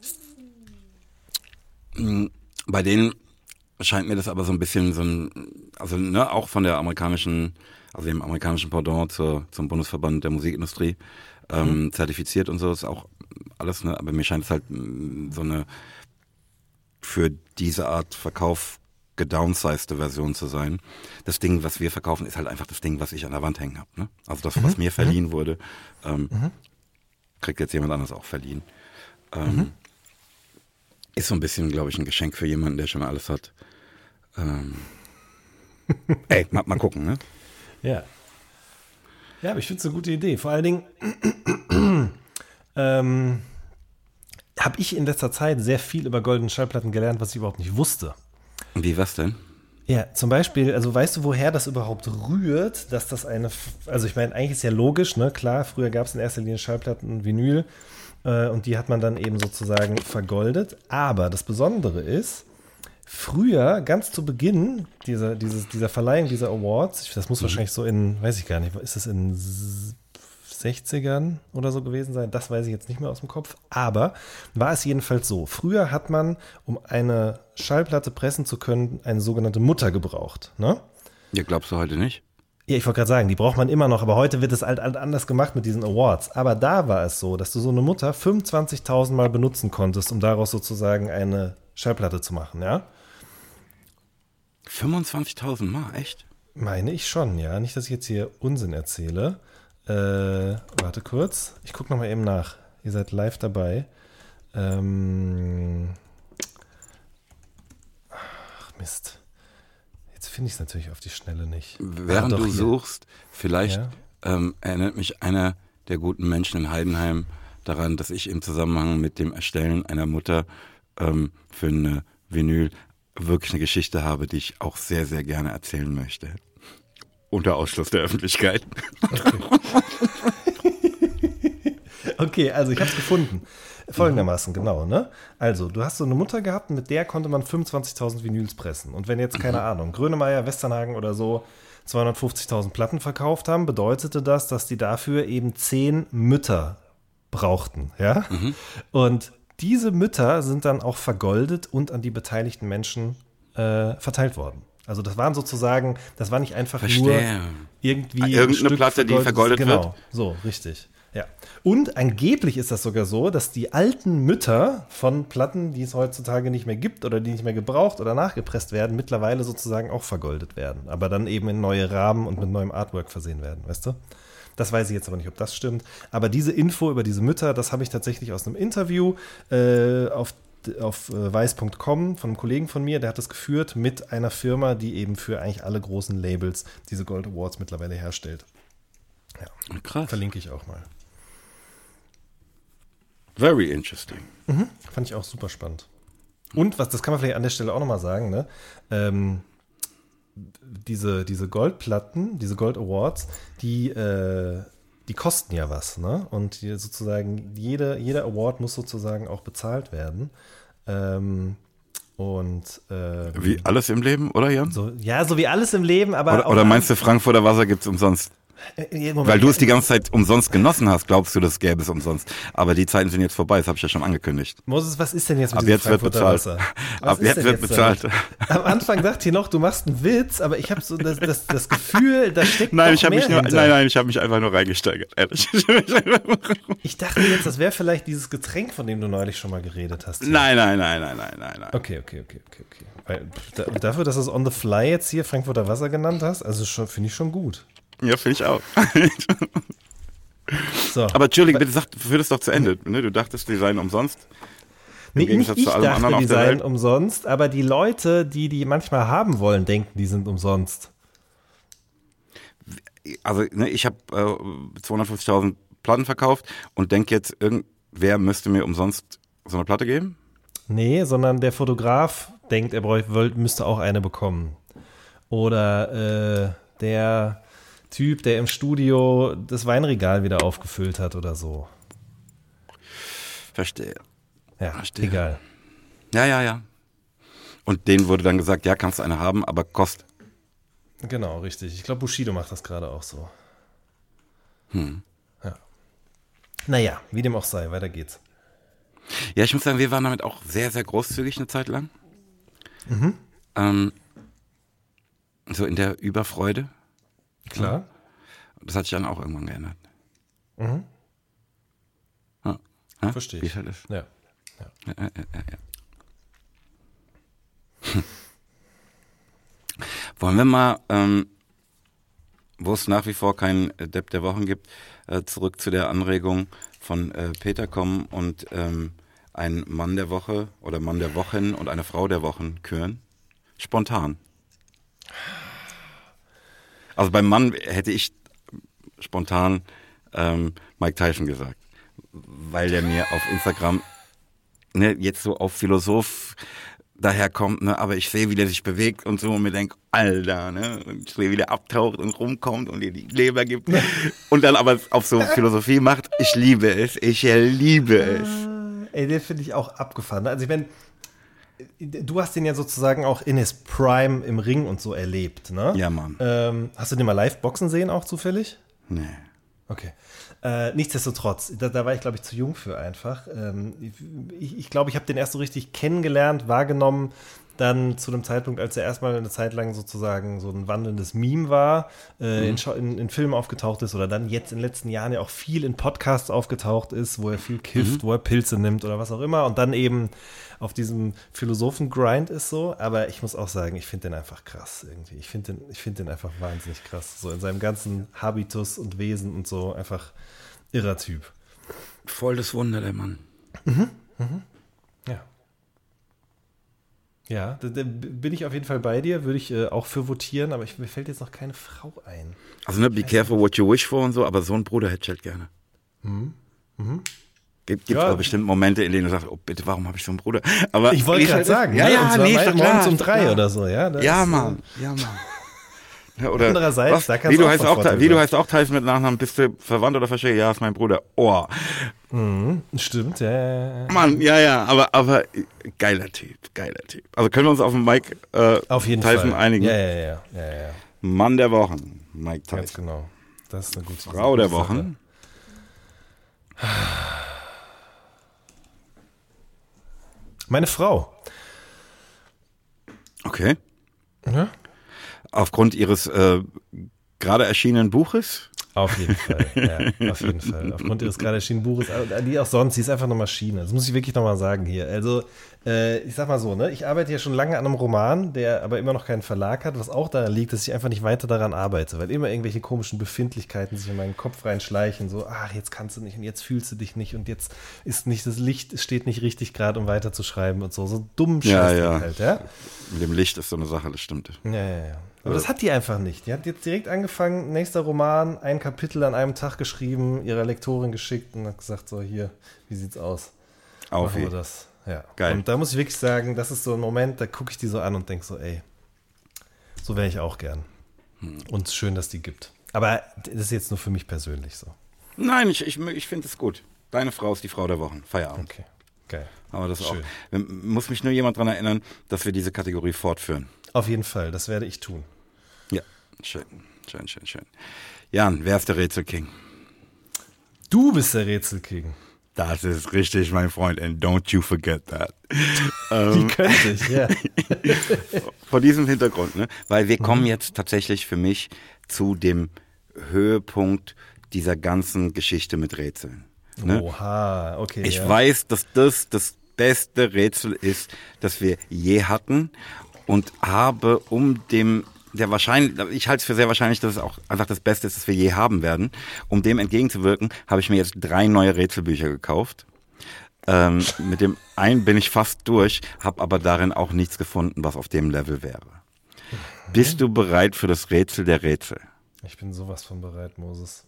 mh, bei denen scheint mir das aber so ein bisschen so ein, also ne, auch von der amerikanischen, also dem amerikanischen Pendant zur, zum Bundesverband der Musikindustrie ähm, mhm. zertifiziert und so, ist auch alles, ne, aber mir scheint es halt mh, so eine für diese Art Verkauf gedownsized Version zu sein. Das Ding, was wir verkaufen, ist halt einfach das Ding, was ich an der Wand hängen habe. Ne? Also das, was mhm. mir verliehen wurde, ähm, mhm. kriegt jetzt jemand anderes auch verliehen. Ähm, mhm. Ist so ein bisschen, glaube ich, ein Geschenk für jemanden, der schon alles hat. Ähm, ey, mal, mal gucken, ne? Ja. Ja, aber ich finde es eine gute Idee. Vor allen Dingen ähm, habe ich in letzter Zeit sehr viel über goldene Schallplatten gelernt, was ich überhaupt nicht wusste. Wie, was denn? Ja, zum Beispiel, also weißt du, woher das überhaupt rührt, dass das eine, also ich meine, eigentlich ist ja logisch, ne, klar, früher gab es in erster Linie Schallplatten und Vinyl äh, und die hat man dann eben sozusagen vergoldet, aber das Besondere ist, früher, ganz zu Beginn dieser, dieses, dieser Verleihung dieser Awards, das muss mhm. wahrscheinlich so in, weiß ich gar nicht, ist das in sechzigern oder so gewesen sein, das weiß ich jetzt nicht mehr aus dem Kopf, aber war es jedenfalls so, früher hat man, um eine Schallplatte pressen zu können, eine sogenannte Mutter gebraucht, ne? Ja, glaubst du heute nicht? Ja, ich wollte gerade sagen, die braucht man immer noch, aber heute wird es halt anders gemacht mit diesen Awards, aber da war es so, dass du so eine Mutter fünfundzwanzigtausend Mal benutzen konntest, um daraus sozusagen eine Schallplatte zu machen, ja? fünfundzwanzigtausend Mal, echt? Meine ich schon, ja. Nicht, dass ich jetzt hier Unsinn erzähle. Äh, warte kurz. Ich gucke nochmal eben nach. Ihr seid live dabei. Ähm Ach, Mist. Jetzt finde ich es natürlich auf die Schnelle nicht. Während ah, doch, du hier. suchst, vielleicht ja? ähm, erinnert mich einer der guten Menschen in Heidenheim daran, dass ich im Zusammenhang mit dem Erstellen einer Mutter ähm, für eine Vinyl wirklich eine Geschichte habe, die ich auch sehr, sehr gerne erzählen möchte. Unter Ausschluss der Öffentlichkeit. Okay, okay, also ich habe es gefunden. Folgendermaßen, genau, ne? Also, du hast so eine Mutter gehabt, mit der konnte man fünfundzwanzigtausend Vinyls pressen. Und wenn jetzt, keine Ahnung, Grönemeyer, Westernhagen oder so zweihundertfünfzigtausend Platten verkauft haben, bedeutete das, dass die dafür eben zehn Mütter brauchten, ja? Mhm. Und diese Mütter sind dann auch vergoldet und an die beteiligten Menschen äh, verteilt worden. Also das waren sozusagen, das war nicht einfach Verstehe. nur irgendwie Ah, irgendeine ein Platte, die vergoldet genau, wird? So, richtig. Ja. Und angeblich ist das sogar so, dass die alten Mütter von Platten, die es heutzutage nicht mehr gibt oder die nicht mehr gebraucht oder nachgepresst werden, mittlerweile sozusagen auch vergoldet werden. Aber dann eben in neue Rahmen und mit neuem Artwork versehen werden, weißt du? Das weiß ich jetzt aber nicht, ob das stimmt. Aber diese Info über diese Mütter, das habe ich tatsächlich aus einem Interview äh, auf, auf äh, weiß punkt com von einem Kollegen von mir, der hat das geführt mit einer Firma, die eben für eigentlich alle großen Labels diese Gold Awards mittlerweile herstellt. Ja, krass. Verlinke ich auch mal. Very interesting. Mhm. Fand ich auch super spannend. Und was, das kann man vielleicht an der Stelle auch nochmal sagen, ne? Ähm, diese, diese Goldplatten, diese Gold Awards, die, äh, die kosten ja was, ne? Und die sozusagen, jede, jeder Award muss sozusagen auch bezahlt werden. Ähm, und äh, wie alles im Leben, oder Jan? So, ja, so wie alles im Leben, aber. Oder, oder meinst du, Frankfurter Wasser gibt's umsonst? Moment, Weil du es die ganze Zeit umsonst genossen hast, glaubst du, das gäbe es umsonst. Aber die Zeiten sind jetzt vorbei, das habe ich ja schon angekündigt. Moses, was ist denn jetzt mit Ab diesem jetzt wird Frankfurter bezahlt. Wasser? Was Ab ist jetzt denn wird bezahlt. damit? Am Anfang dachte ich noch, du machst einen Witz, aber ich habe so das, das, das Gefühl, da steckt nein, noch ich hab mehr mich nur, hinter. Nein, nein, ich habe mich einfach nur reingesteigert, ehrlich. Ich dachte jetzt, das wäre vielleicht dieses Getränk, von dem du neulich schon mal geredet hast. Hier. Nein, nein, nein, nein, nein, nein, nein. Okay, okay, okay, okay, okay. Weil, da, dafür, dass du es on the fly jetzt hier Frankfurter Wasser genannt hast, also schon finde ich schon gut. Ja, finde ich auch. So. Aber Entschuldigung, bitte sag, führ das doch zu Ende. Ne? Du dachtest, die seien umsonst. Im Nee, nicht Gegensatz ich zu allem dachte, anderen auf die der seien Welt. umsonst, aber die Leute, die die manchmal haben wollen, denken, die sind umsonst. Also ne, ich habe äh, zweihundertfünfzigtausend Platten verkauft und denke jetzt, irgendwer müsste mir umsonst so eine Platte geben? Nee, sondern der Fotograf denkt, er bräuchte, müsste auch eine bekommen. Oder äh, der Typ, der im Studio das Weinregal wieder aufgefüllt hat oder so. Verstehe. Ja, Verstehe. egal. Ja, ja, ja. Und denen wurde dann gesagt, ja, kannst du eine haben, aber kostet. Genau, richtig. Ich glaube, Bushido macht das gerade auch so. Hm. Ja. Naja, wie dem auch sei, weiter geht's. Ja, ich muss sagen, wir waren damit auch sehr, sehr großzügig eine Zeit lang. Mhm. Ähm, so in der Überfreude. Klar. Das hat sich dann auch irgendwann geändert. Mhm. Ja. Ja? Verstehe Wie ich. es halt ist. Ja. Ja, ja, ja, ja, ja. Hm. Wollen wir mal, ähm, wo es nach wie vor keinen Depp der Wochen gibt, äh, zurück zu der Anregung von äh, Peter kommen und ähm, einen Mann der Woche oder Mann der Wochen und eine Frau der Wochen küren? Spontan. Also beim Mann hätte ich spontan ähm, Mike Tyson gesagt, weil der mir auf Instagram ne, jetzt so auf Philosoph daherkommt, ne, aber ich sehe, wie der sich bewegt und so und mir denke, Alter, ne, und ich sehe, wie der abtaucht und rumkommt und dir die Leber gibt und dann aber auf so Philosophie macht. Ich liebe es, ich liebe es. Ey, den finde ich auch abgefahren. Also ich meine, du hast den ja sozusagen auch in his Prime im Ring und so erlebt, ne? Ja, Mann. Ähm, hast du den mal live boxen sehen auch zufällig? Nee. Okay. Äh, nichtsdestotrotz, da, da war ich, glaube ich, zu jung für einfach. Ähm, ich ich glaube, ich habe den erst so richtig kennengelernt, wahrgenommen, dann zu einem Zeitpunkt, als er erstmal eine Zeit lang sozusagen so ein wandelndes Meme war, äh, mhm. in, Schau- in, in Filmen aufgetaucht ist oder dann jetzt in den letzten Jahren ja auch viel in Podcasts aufgetaucht ist, wo er viel kifft, mhm. wo er Pilze nimmt oder was auch immer und dann eben auf diesem Philosophen-Grind ist so. Aber ich muss auch sagen, ich finde den einfach krass irgendwie. Ich finde den, ich find den einfach wahnsinnig krass. So in seinem ganzen Habitus und Wesen und so einfach irrer Typ. Voll das Wunder, der Mann. Mhm. Mhm. Ja. Ja, da, da bin ich auf jeden Fall bei dir, würde ich äh, auch für votieren, aber ich, mir fällt jetzt noch keine Frau ein. Also ne, be careful what you wish for und so, aber so einen Bruder hätte ich halt gerne. Mhm. Mhm. Gibt es ja bestimmt Momente, in denen du sagst, oh bitte, warum habe ich so einen Bruder? Aber ich wollte gerade sagen, ja, ne? ja, Und zwar nee, morgens klar, um drei klar. oder so, ja. Das ja, ist, Mann, ja, Mann. Ja, oder Andererseits, was, da kannst wie du du auch heißt von auch, Vorteil wie du sein. heißt auch Tyson mit Nachnamen, bist du verwandt oder verstehe? Ja, ist mein Bruder. Oh. Mhm, stimmt, ja, ja, ja. Mann, ja, ja, aber, aber geiler Typ, geiler Typ. Also können wir uns auf den Mike äh, Auf jeden Tyson Fall. einigen? Ja, ja, ja, ja, ja. Mann der Wochen, Mike Tyson. Ganz genau. Das ist eine gute Frau gute der Sache. Wochen. Meine Frau. Okay. Ja? Aufgrund ihres äh, gerade erschienenen Buches? Auf jeden Fall, ja, auf jeden Fall. Aufgrund ihres gerade erschienenen Buches, die auch sonst, sie ist einfach eine Maschine. Das muss ich wirklich nochmal sagen hier. Also, äh, ich sag mal so, ne, ich arbeite ja schon lange an einem Roman, der aber immer noch keinen Verlag hat, was auch daran liegt, dass ich einfach nicht weiter daran arbeite, weil immer irgendwelche komischen Befindlichkeiten sich in meinen Kopf reinschleichen, so, ach, jetzt kannst du nicht und jetzt fühlst du dich nicht und jetzt ist nicht das Licht, es steht nicht richtig gerade, um weiterzuschreiben und so, so dumm Ja, Scheiß ja. halt, ja. Mit dem Licht ist so eine Sache, das stimmt. Ja, ja, ja. Aber das hat die einfach nicht. Die hat jetzt direkt angefangen, nächster Roman, ein Kapitel an einem Tag geschrieben, ihrer Lektorin geschickt und hat gesagt, so hier, wie sieht's aus? Auf Machen wir jeden. das. Ja. Geil. Und da muss ich wirklich sagen, das ist so ein Moment, da gucke ich die so an und denke so, ey, so wäre ich auch gern. Hm. Und schön, dass die gibt. Aber das ist jetzt nur für mich persönlich so. Nein, ich, ich, ich finde es gut. Deine Frau ist die Frau der Wochen. Feierabend. Okay, geil. Aber das Schön. auch. Muss mich nur jemand daran erinnern, dass wir diese Kategorie fortführen. Auf jeden Fall, das werde ich tun. Ja, schön, schön, schön, schön. Jan, wer ist der Rätselking? Du bist der Rätselking. Das ist richtig, mein Freund, and don't you forget that. Wie könnte ich, ja. Vor diesem Hintergrund, ne? Weil wir kommen jetzt tatsächlich für mich zu dem Höhepunkt dieser ganzen Geschichte mit Rätseln. Ne? Oha, okay. Ich ja. weiß, dass das das beste Rätsel ist, das wir je hatten und habe um dem der wahrscheinlich, ich halte es für sehr wahrscheinlich, dass es auch einfach das Beste ist, das wir je haben werden. Um dem entgegenzuwirken, habe ich mir jetzt drei neue Rätselbücher gekauft. Ähm, mit dem einen bin ich fast durch, habe aber darin auch nichts gefunden, was auf dem Level wäre. Mhm. Bist du bereit für das Rätsel der Rätsel? Ich bin sowas von bereit, Moses.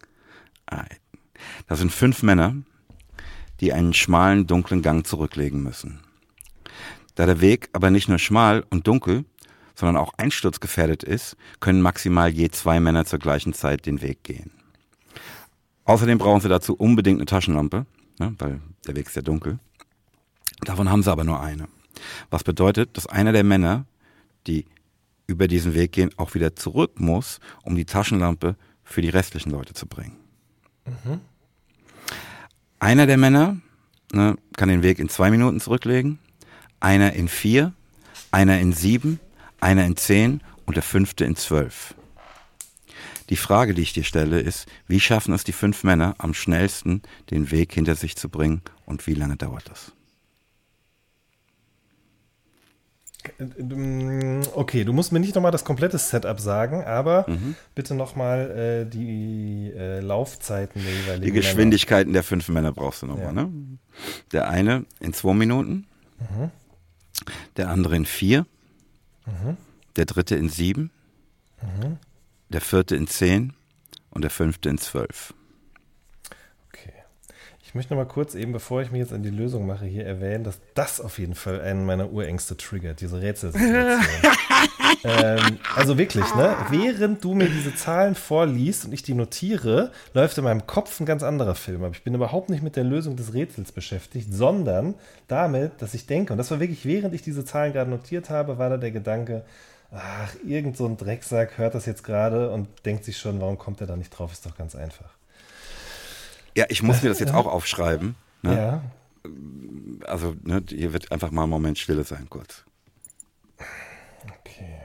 Das sind fünf Männer, die einen schmalen, dunklen Gang zurücklegen müssen. Da der Weg aber nicht nur schmal und dunkel, sondern auch einsturzgefährdet ist, können maximal je zwei Männer zur gleichen Zeit den Weg gehen. Außerdem brauchen sie dazu unbedingt eine Taschenlampe, ne, weil der Weg ist ja dunkel. Davon haben sie aber nur eine. Was bedeutet, dass einer der Männer, die über diesen Weg gehen, auch wieder zurück muss, um die Taschenlampe für die restlichen Leute zu bringen. Mhm. Einer der Männer, ne, kann den Weg in zwei Minuten zurücklegen, einer in vier, einer in sieben, einer in zehn und der fünfte in zwölf. Die Frage, die ich dir stelle, ist, wie schaffen es die fünf Männer am schnellsten, den Weg hinter sich zu bringen und wie lange dauert das? Okay, du musst mir nicht nochmal das komplette Setup sagen, aber Mhm. bitte nochmal äh, die äh, Laufzeiten der jeweiligen Die Geschwindigkeiten der fünf Männer brauchst du nochmal, Ja. ne? Der eine in zwei Minuten, Mhm. der andere in vier, Mhm. der dritte in sieben, Mhm. der vierte in zehn und der fünfte in zwölf. Okay. Ich möchte noch mal kurz eben, bevor ich mich jetzt an die Lösung mache, hier erwähnen, dass das auf jeden Fall einen meiner Urängste triggert, diese Rätselsituation. ähm, also wirklich, ne? Während du mir diese Zahlen vorliest und ich die notiere, läuft in meinem Kopf ein ganz anderer Film. Aber ich bin überhaupt nicht mit der Lösung des Rätsels beschäftigt, sondern damit, dass ich denke, und das war wirklich, während ich diese Zahlen gerade notiert habe, war da der Gedanke, ach, irgend so ein Drecksack hört das jetzt gerade und denkt sich schon, warum kommt er da nicht drauf? Ist doch ganz einfach. Ja, ich muss mir das jetzt auch aufschreiben. Ne? Ja. Also, ne, hier wird einfach mal ein Moment Stille sein, kurz. Okay.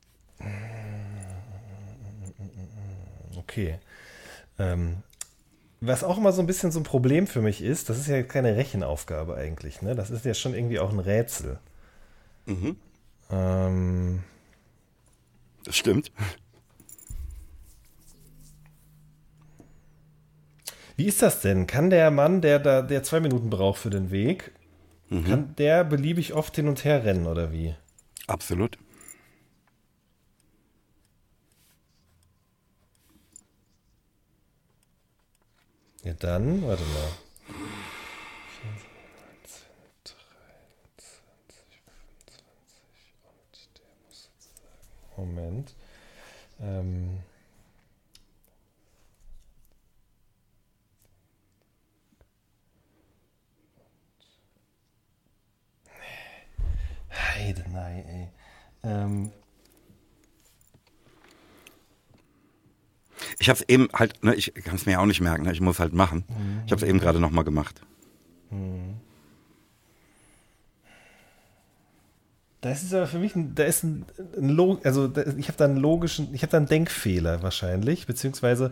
Okay. Ähm, Was auch immer so ein bisschen so ein Problem für mich ist, das ist ja keine Rechenaufgabe eigentlich, ne? Das ist ja schon irgendwie auch ein Rätsel. Mhm. Ähm, Das stimmt. Wie ist das denn? Kann der Mann, der da der zwei Minuten braucht für den Weg, Mhm. kann der beliebig oft hin und her rennen oder wie? Absolut. Ja, dann, warte mal. Moment. Ähm. Heidenei, ey. Ähm. Ich habe es eben halt, ne, ich kann es mir auch nicht merken, ne, ich muss halt machen. Mhm. Ich habe es eben gerade nochmal gemacht. Mhm. Das ist aber für mich, ein, da ist ein, ein Log, also da, ich habe da einen logischen, ich habe da einen Denkfehler wahrscheinlich, beziehungsweise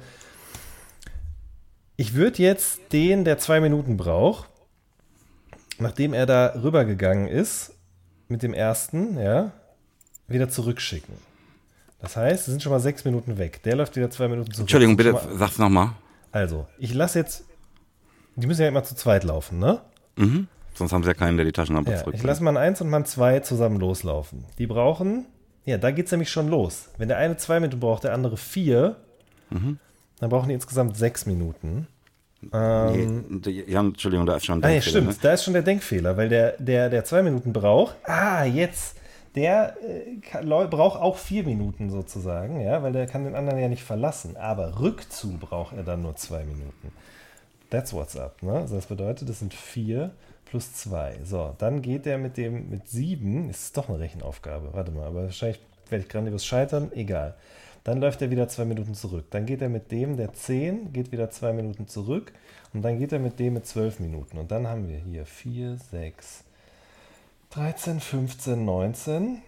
ich würde jetzt den, der zwei Minuten braucht, nachdem er da rübergegangen ist, mit dem ersten, ja, wieder zurückschicken. Das heißt, es sind schon mal sechs Minuten weg. Der läuft wieder zwei Minuten zurück. Entschuldigung, bitte, Mal, sag's nochmal. also, ich lasse jetzt, die müssen ja immer zu zweit laufen, ne? Mhm. Sonst haben sie ja keinen, der die Taschenlampe Ja, zurückbringt. ich lasse mal eins und mal zwei zusammen loslaufen. Die brauchen, ja, da geht es nämlich schon los. Wenn der eine zwei Minuten braucht, der andere vier, Mhm. dann brauchen die insgesamt sechs Minuten. Ähm, Nee, ja, Entschuldigung, da ist schon ein ah, ja, Denkfehler, stimmt, ne? da ist schon der Denkfehler, weil der, der, der zwei Minuten braucht, ah, jetzt, der äh, kann, braucht auch vier Minuten sozusagen, ja, weil der kann den anderen ja nicht verlassen. Aber Rückzu braucht er dann nur zwei Minuten. That's what's up, ne? Also das bedeutet, das sind vier plus zwei. So, dann geht der mit dem, mit sieben, ist doch eine Rechenaufgabe, warte mal, aber wahrscheinlich werde ich grandios scheitern, egal. Dann läuft er wieder zwei Minuten zurück. Dann geht er mit dem, der zehn, geht wieder zwei Minuten zurück und dann geht er mit dem mit zwölf Minuten. Und dann haben wir hier vier, sechs, dreizehn, fünfzehn, neunzehn.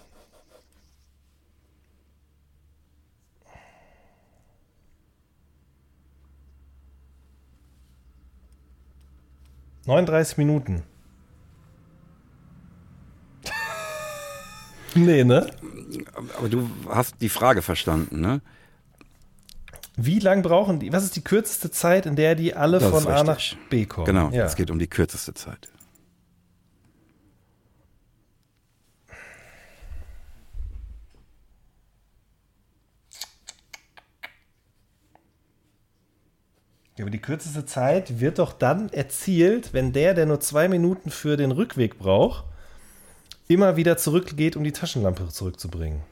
neununddreißig Minuten. Nee, ne? Aber du hast die Frage verstanden, ne? Wie lang brauchen die? Was ist die kürzeste Zeit, in der die alle Das von ist A nach richtig. B kommen? Genau, Ja. es geht um die kürzeste Zeit. Ja, aber die kürzeste Zeit wird doch dann erzielt, wenn der, der nur zwei Minuten für den Rückweg braucht, immer wieder zurückgeht, um die Taschenlampe zurückzubringen.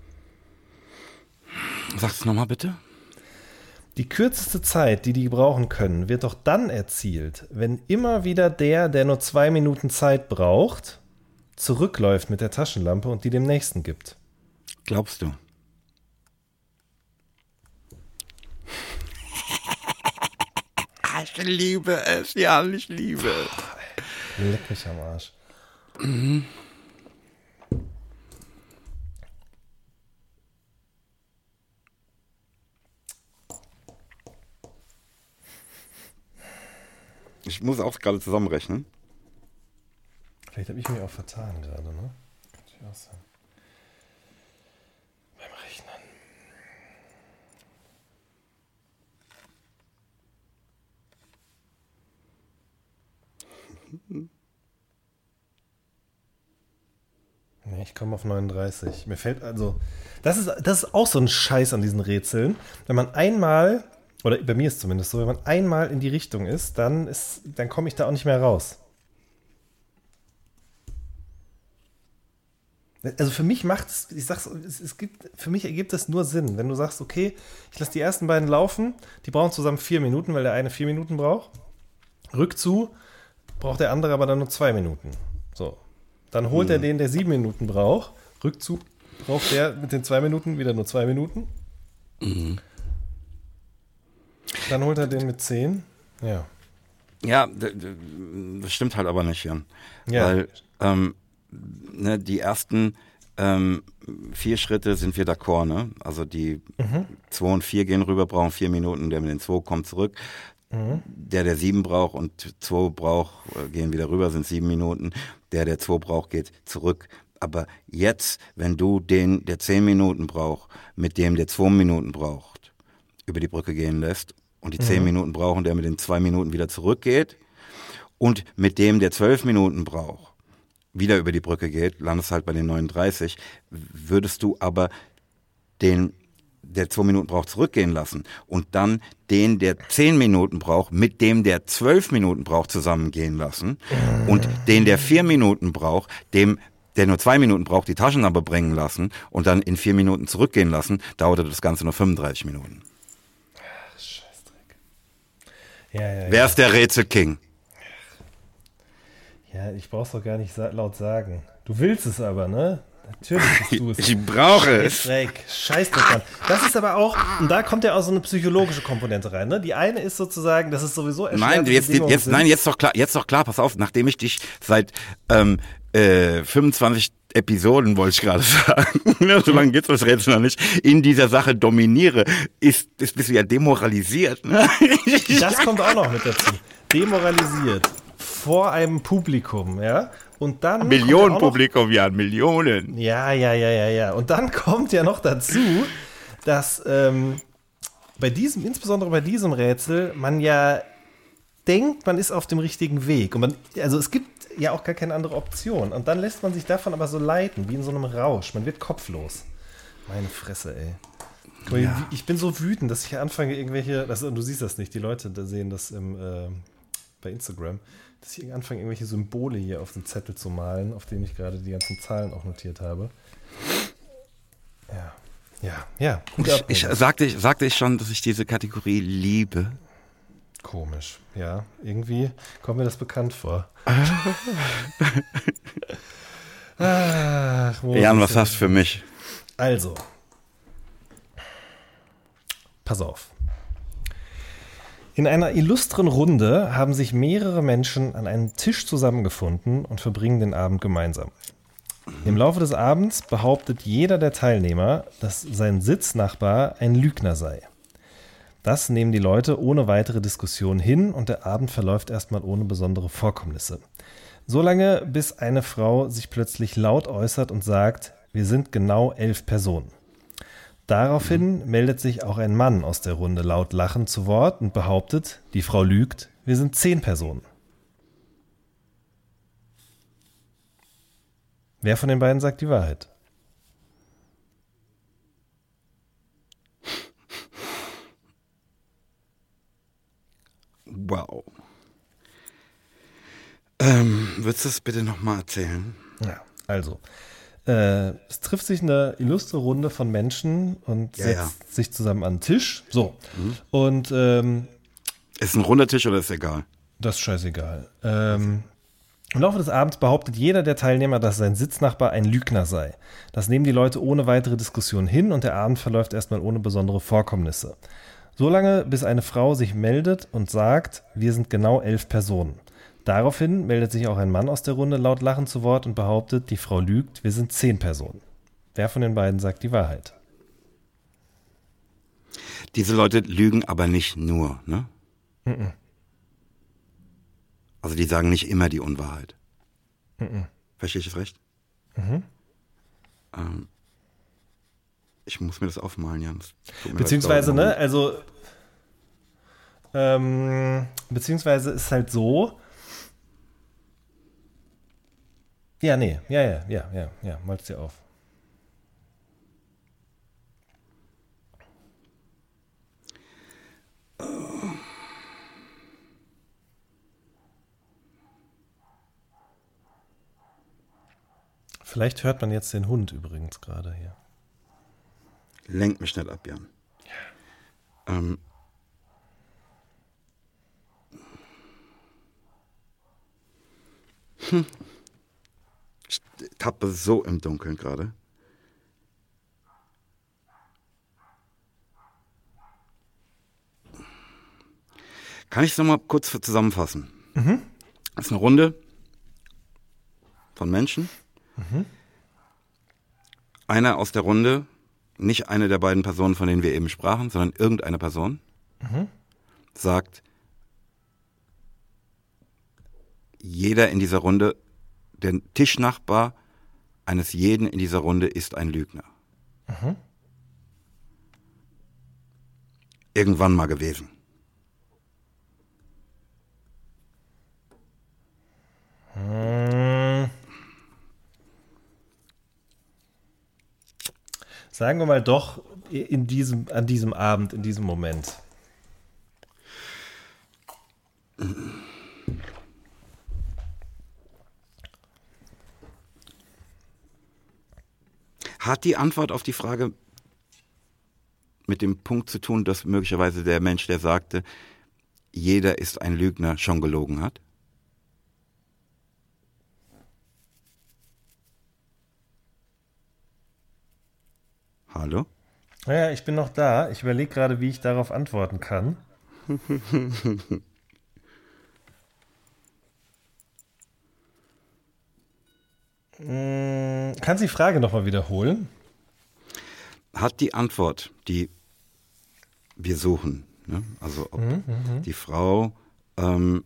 Sag's nochmal bitte. Die kürzeste Zeit, die die brauchen können, wird doch dann erzielt, wenn immer wieder der, der nur zwei Minuten Zeit braucht, zurückläuft mit der Taschenlampe und die dem Nächsten gibt. Glaubst du? Ich liebe es, ja, ich liebe es. Leck mich am Arsch. Mhm. Ich muss auch gerade zusammenrechnen. Vielleicht habe ich mich auch vertan gerade, ne? Könnte ich auch sagen. Beim Rechnen. Nee, ich komme auf neununddreißig. Mir fällt also, das ist, das ist auch so ein Scheiß an diesen Rätseln. Wenn man einmal, oder bei mir ist es zumindest so, wenn man einmal in die Richtung ist, dann ist, dann komme ich da auch nicht mehr raus. Also für mich macht es, ich sag's, es, es gibt, für mich ergibt es nur Sinn, wenn du sagst, okay, ich lasse die ersten beiden laufen, die brauchen zusammen vier Minuten, weil der eine vier Minuten braucht. Rückzu braucht der andere aber dann nur zwei Minuten. So. Dann holt Mhm. er den, der sieben Minuten braucht. Rückzu braucht der mit den zwei Minuten wieder nur zwei Minuten. Mhm. Dann holt er den mit zehn. Ja. Ja, d- d- das stimmt halt aber nicht, Jan. Ja. Weil ähm, ne, die ersten ähm, vier Schritte sind wir d'accord, ne? Also die Mhm. zwei und vier gehen rüber, brauchen vier Minuten, der mit den zwei kommt zurück. Mhm. Der, der sieben braucht und zwei braucht, gehen wieder rüber, sind sieben Minuten. Der, der zwei braucht, geht zurück. Aber jetzt, wenn du den, der zehn Minuten braucht, mit dem, der zwei Minuten braucht, über die Brücke gehen lässt und die zehn mhm. Minuten braucht und der mit den zwei Minuten wieder zurückgeht und mit dem, der zwölf Minuten braucht, wieder über die Brücke geht, landest halt bei den neununddreißig, würdest du aber den, der zwei Minuten braucht, zurückgehen lassen und dann den, der zehn Minuten braucht, mit dem, der zwölf Minuten braucht, zusammengehen lassen und den, der vier Minuten braucht, dem, der nur zwei Minuten braucht, die Taschenlampe bringen lassen und dann in vier Minuten zurückgehen lassen, dauerte das Ganze nur fünfunddreißig Minuten. Ach, Scheißdreck. Ja, ja, Wer ja. ist der Rätselking? Ja, ich brauch's doch gar nicht sa- laut sagen. Du willst es aber, ne? Natürlich bist du es. Ich brauche es. Scheißdreck, Scheißdreck, Mann. Das ist aber auch, und da kommt ja auch so eine psychologische Komponente rein, ne? Die eine ist sozusagen, das ist sowieso Nein, jetzt, jetzt, nein, jetzt doch klar, jetzt doch klar, pass auf, nachdem ich dich seit ähm, äh, fünfundzwanzig Episoden, wollte ich gerade sagen, so lange geht's das Rätsel noch nicht, in dieser Sache dominiere, ist, ist bist du ja demoralisiert. Ne? Das kommt auch noch mit dazu. Demoralisiert. Vor einem Publikum, ja? Und dann Millionen ja Publikum, ja, Millionen. Ja, ja, ja, ja, ja. Und dann kommt ja noch dazu, dass ähm, bei diesem, insbesondere bei diesem Rätsel, man ja denkt, man ist auf dem richtigen Weg. Und man, also es gibt ja auch gar keine andere Option. Und dann lässt man sich davon aber so leiten, wie in so einem Rausch. Man wird kopflos. Meine Fresse, ey. Ja. Ich bin so wütend, dass ich anfange, irgendwelche, das, und du siehst das nicht, die Leute da sehen das im, äh, bei Instagram, dass ich anfange, irgendwelche Symbole hier auf den Zettel zu malen, auf denen ich gerade die ganzen Zahlen auch notiert habe. Ja, ja, ja. Ich, ich sagte, ich sagte ich schon, dass ich diese Kategorie liebe. Komisch, ja. Irgendwie kommt mir das bekannt vor. Ach, Jan, was hast du für mich? Also, pass auf. In einer illustren Runde haben sich mehrere Menschen an einem Tisch zusammengefunden und verbringen den Abend gemeinsam. Im Laufe des Abends behauptet jeder der Teilnehmer, dass sein Sitznachbar ein Lügner sei. Das nehmen die Leute ohne weitere Diskussion hin und der Abend verläuft erstmal ohne besondere Vorkommnisse. Solange bis eine Frau sich plötzlich laut äußert und sagt, wir sind genau elf Personen. Daraufhin mhm. meldet sich auch ein Mann aus der Runde laut lachend zu Wort und behauptet, die Frau lügt, wir sind zehn Personen. Wer von den beiden sagt die Wahrheit? Wow. Ähm, würdest du es bitte nochmal erzählen? Ja, also. Äh, es trifft sich eine illustre Runde von Menschen und ja, setzt ja. sich zusammen an den Tisch. So. Mhm. Und ähm, ist ein runder Tisch oder ist egal? Das ist scheißegal. Ähm, Im Laufe des Abends behauptet jeder der Teilnehmer, dass sein Sitznachbar ein Lügner sei. Das nehmen die Leute ohne weitere Diskussion hin und der Abend verläuft erstmal ohne besondere Vorkommnisse. Solange bis eine Frau sich meldet und sagt, wir sind genau elf Personen. Daraufhin meldet sich auch ein Mann aus der Runde laut lachend zu Wort und behauptet, die Frau lügt, wir sind zehn Personen. Wer von den beiden sagt die Wahrheit? Diese Leute lügen aber nicht nur, ne? Mm-mm. Also die sagen nicht immer die Unwahrheit. Mm-mm. Verstehe ich das recht? Mhm. Ähm, ich muss mir das aufmalen, Jan. Beziehungsweise, ne, also ähm, beziehungsweise ist halt so, ja, nee, ja, ja, ja, ja, ja, mal's dir auf. Vielleicht hört man jetzt den Hund übrigens gerade hier. Lenk mich nicht ab, Jan. Ja. Ähm. Hm. Ich tappe so im Dunkeln gerade. Kann ich es nochmal kurz zusammenfassen? Mhm. Das ist eine Runde von Menschen. Mhm. Einer aus der Runde, nicht eine der beiden Personen, von denen wir eben sprachen, sondern irgendeine Person, mhm. sagt, jeder in dieser Runde, der Tischnachbar eines jeden in dieser Runde ist ein Lügner. Mhm. Irgendwann mal gewesen. Hm. Sagen wir mal doch in diesem, an diesem Abend, in diesem Moment. Hat die Antwort auf die Frage mit dem Punkt zu tun, dass möglicherweise der Mensch, der sagte, jeder ist ein Lügner, schon gelogen hat? Hallo? Naja, ich bin noch da. Ich überlege gerade, wie ich darauf antworten kann. hm, kannst du die Frage nochmal wiederholen? Hat die Antwort, die wir suchen, ne? Also ob Mhm, mhm. die Frau ähm,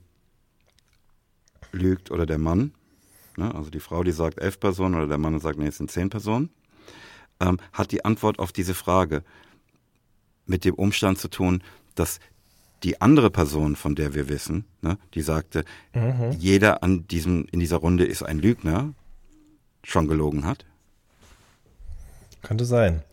lügt oder der Mann, ne? Also die Frau, die sagt elf Personen oder der Mann sagt, nee, es sind zehn Personen, ähm, hat die Antwort auf diese Frage mit dem Umstand zu tun, dass die andere Person, von der wir wissen, ne, die sagte, Mhm. jeder an diesem, in dieser Runde ist ein Lügner, schon gelogen hat? Könnte sein.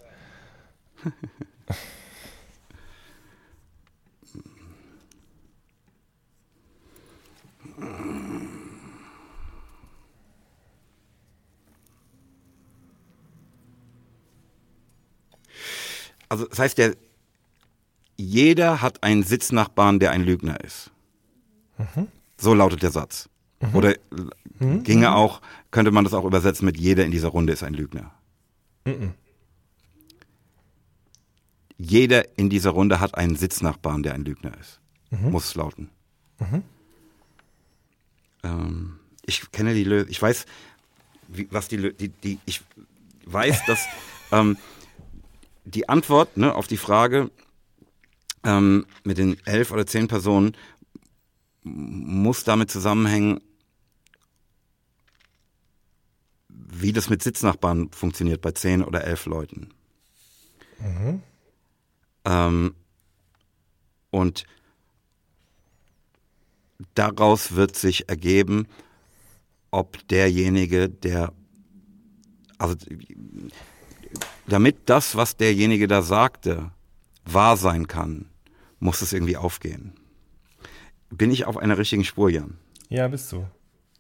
Also das heißt, der, jeder hat einen Sitznachbarn, der ein Lügner ist. Mhm. So lautet der Satz. Mhm. Oder Mhm. ginge auch, könnte man das auch übersetzen mit jeder in dieser Runde ist ein Lügner. Mhm. Jeder in dieser Runde hat einen Sitznachbarn, der ein Lügner ist. Mhm. Muss es lauten. Mhm. Ähm, ich kenne die Lösung. Ich weiß, wie, was die, Lö- die, die ich weiß, dass ähm, die Antwort, ne, auf die Frage ähm, mit den elf oder zehn Personen muss damit zusammenhängen, wie das mit Sitznachbarn funktioniert bei zehn oder elf Leuten. Mhm. Ähm, und daraus wird sich ergeben, ob derjenige, der, also damit das, was derjenige da sagte, wahr sein kann, muss es irgendwie aufgehen. Bin ich auf einer richtigen Spur, Jan? Ja, bist du.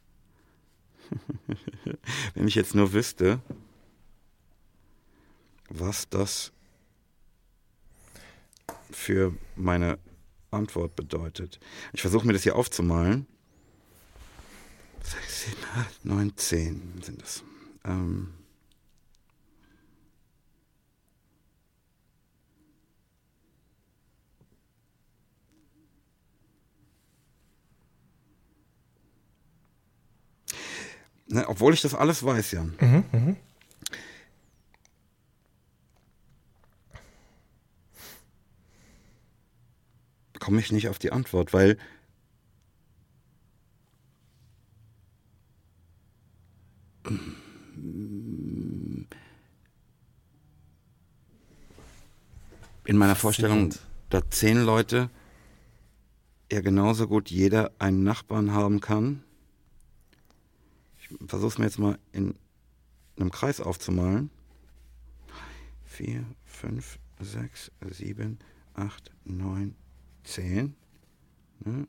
Wenn ich jetzt nur wüsste, was das für meine Antwort bedeutet. Ich versuche mir das hier aufzumalen. sechs, sieben, acht, neun, zehn sind das. Ähm ne, obwohl ich das alles weiß, Jan. Mhm. Mhm. Komme ich nicht auf die Antwort, weil in meiner Vorstellung, da zehn Leute ja genauso gut jeder einen Nachbarn haben kann. Ich versuche es mir jetzt mal in einem Kreis aufzumalen. Vier, fünf, sechs, sieben, acht, neun, zehn. Ne?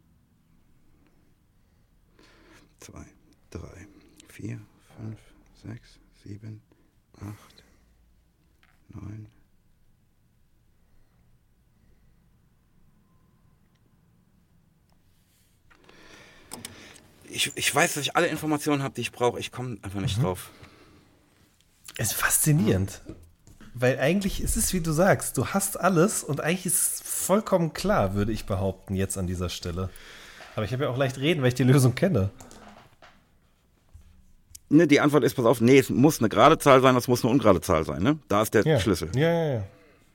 Zwei, drei, vier, fünf, sechs, sieben, acht, neun. Ich, ich weiß, dass ich alle Informationen habe, die ich brauche. Ich komme einfach nicht Mhm. drauf. Es ist faszinierend. Weil eigentlich ist es, wie du sagst, du hast alles und eigentlich ist es vollkommen klar, würde ich behaupten, jetzt an dieser Stelle. Aber ich habe ja auch leicht reden, weil ich die Lösung kenne. Ne, die Antwort ist, pass auf, nee, es muss eine gerade Zahl sein, es muss eine ungerade Zahl sein. Ne? Da ist der Ja. Schlüssel. Ja, ja, ja.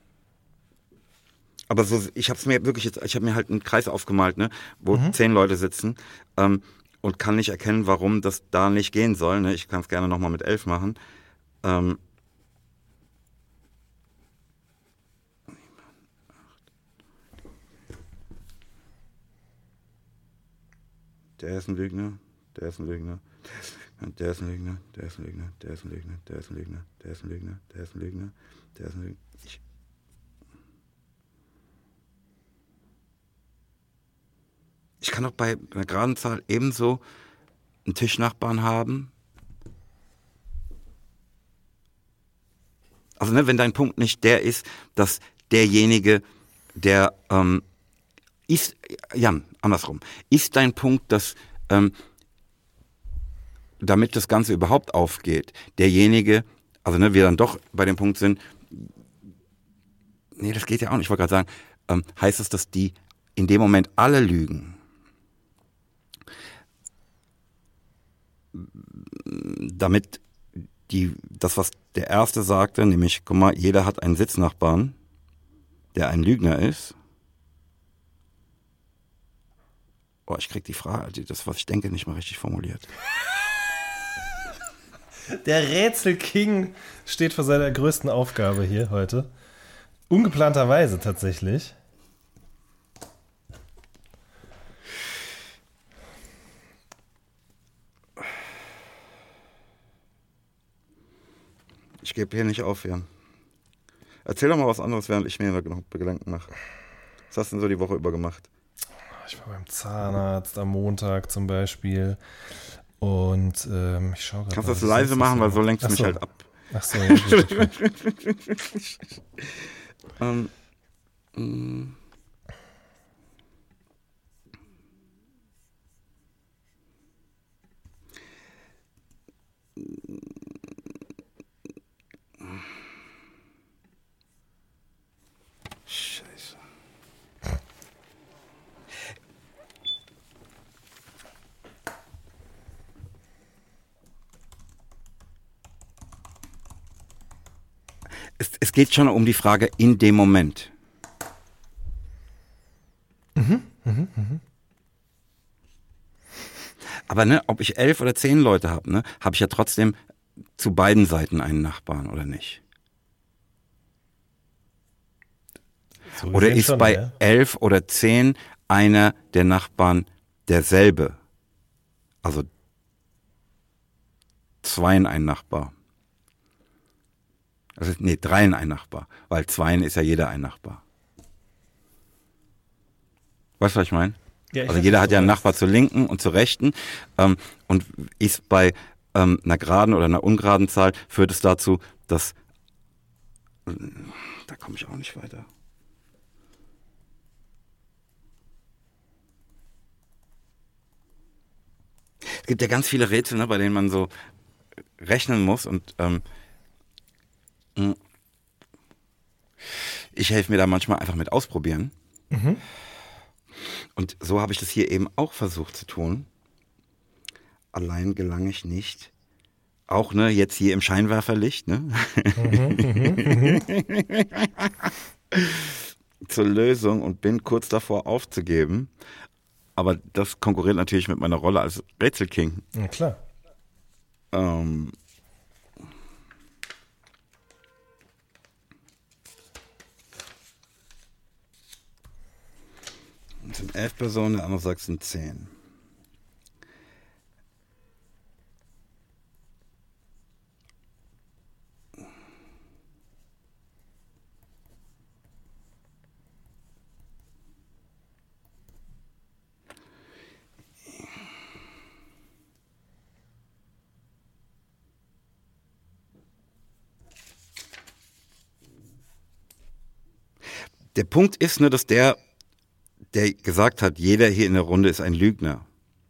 Aber so, ich habe es mir wirklich jetzt, ich habe mir halt einen Kreis aufgemalt, ne, wo Mhm. zehn Leute sitzen. Ähm, und kann nicht erkennen, warum das da nicht gehen soll. Ne? Ich kann es gerne nochmal mit elf machen. Ähm, Der ist ein Lügner, der ist ein Lügner, der ist ein Lügner, der ist ein Lügner, der ist ein Lügner, der ist ein Lügner, der ist ein Lügner, der ist ein Lügner, der ist ein Lügner. Ich Ich kann doch bei einer geraden Zahl ebenso einen Tischnachbarn haben. Also ne, wenn dein Punkt nicht der ist, dass derjenige, der ähm, ist, Jan, andersrum, ist dein Punkt, dass ähm, damit das Ganze überhaupt aufgeht, derjenige, also ne, wir dann doch bei dem Punkt sind, nee, das geht ja auch nicht, ich wollte gerade sagen, ähm, heißt es, dass die in dem Moment alle lügen? Damit die, das, was der Erste sagte, nämlich, guck mal, jeder hat einen Sitznachbarn, der ein Lügner ist. Oh, ich krieg die Frage, das, was ich denke, nicht mal richtig formuliert. Der Rätselking steht vor seiner größten Aufgabe hier heute. Ungeplanterweise tatsächlich. Ich gebe hier nicht auf, Jan. Erzähl doch mal was anderes, während ich mir da genug Gedanken mache. Was hast du denn so die Woche über gemacht? Ich war beim Zahnarzt am Montag zum Beispiel. Und ähm, ich schaue gerade. Kannst du das leise machen, weil so lenkst du mich halt ab. Ach so, ja, gut, ähm, mh. Scheiße. Es, es geht schon um die Frage in dem Moment. Mhm, mhm, mhm. Aber ne, ob ich elf oder zehn Leute habe, ne, habe ich ja trotzdem zu beiden Seiten einen Nachbarn, oder nicht? So Oder ist schon, bei ja. elf oder zehn einer der Nachbarn derselbe? Also zweien ein Nachbar. Also, nee, dreien ein Nachbar. Weil zweien ist ja jeder ein Nachbar. Weißt du, was ich meine? Ja, ich Also weiß, jeder was hat du ja einen meinst. Nachbar zur Linken und zur Rechten. Ähm, und ist bei ähm, einer geraden oder einer ungeraden Zahl, führt es dazu, dass... Da komme ich auch nicht weiter. Es gibt ja ganz viele Rätsel, ne, bei denen man so rechnen muss und ähm, ich helfe mir da manchmal einfach mit ausprobieren. Mhm. Und so habe ich das hier eben auch versucht zu tun. Allein gelang ich nicht. Auch ne, jetzt hier im Scheinwerferlicht, ne? Mhm, mhm, zur Lösung und bin kurz davor aufzugeben. Aber das konkurriert natürlich mit meiner Rolle als Rätselking. ja, klar. Ähm, es sind elf Personen, der andere sagt, es sind zehn. Der Punkt ist nur, dass der, der gesagt hat, jeder hier in der Runde ist ein Lügner.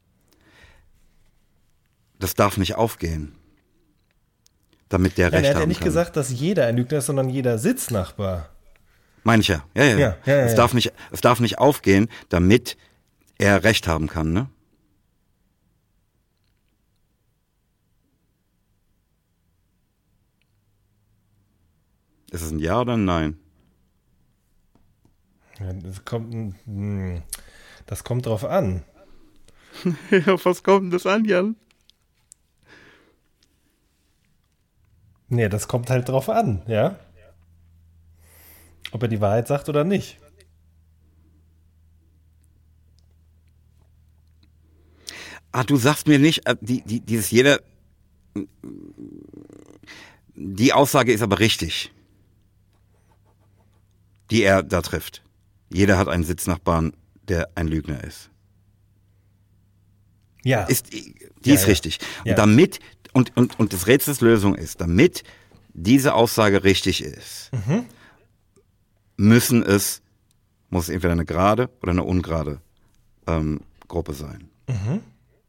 Das darf nicht aufgehen, damit der Nein, Recht er hat ja haben nicht kann. gesagt, dass jeder ein Lügner ist, sondern jeder Sitznachbar. Meine ich ja. Ja, ja, Ja, ja. ja, ja, es, ja. darf nicht, es darf nicht aufgehen, damit er Recht haben kann, ne? Ist es ein Ja oder ein Nein? Ja, das kommt, hm, das kommt drauf an. Ja, was kommt denn das an, Jan? Nee, das kommt halt drauf an, ja? Ob er die Wahrheit sagt oder nicht. Ah, du sagst mir nicht, äh, die, die, dieses jeder, die Aussage ist aber richtig, die er da trifft. Jeder hat einen Sitznachbarn, der ein Lügner ist. Ja. Ist, die Ja, ist ja. richtig. Ja. Und damit, und, und, und das Rätsels Lösung ist, damit diese Aussage richtig ist, Mhm. müssen es, muss es entweder eine gerade oder eine ungerade ähm, Gruppe sein. Mhm.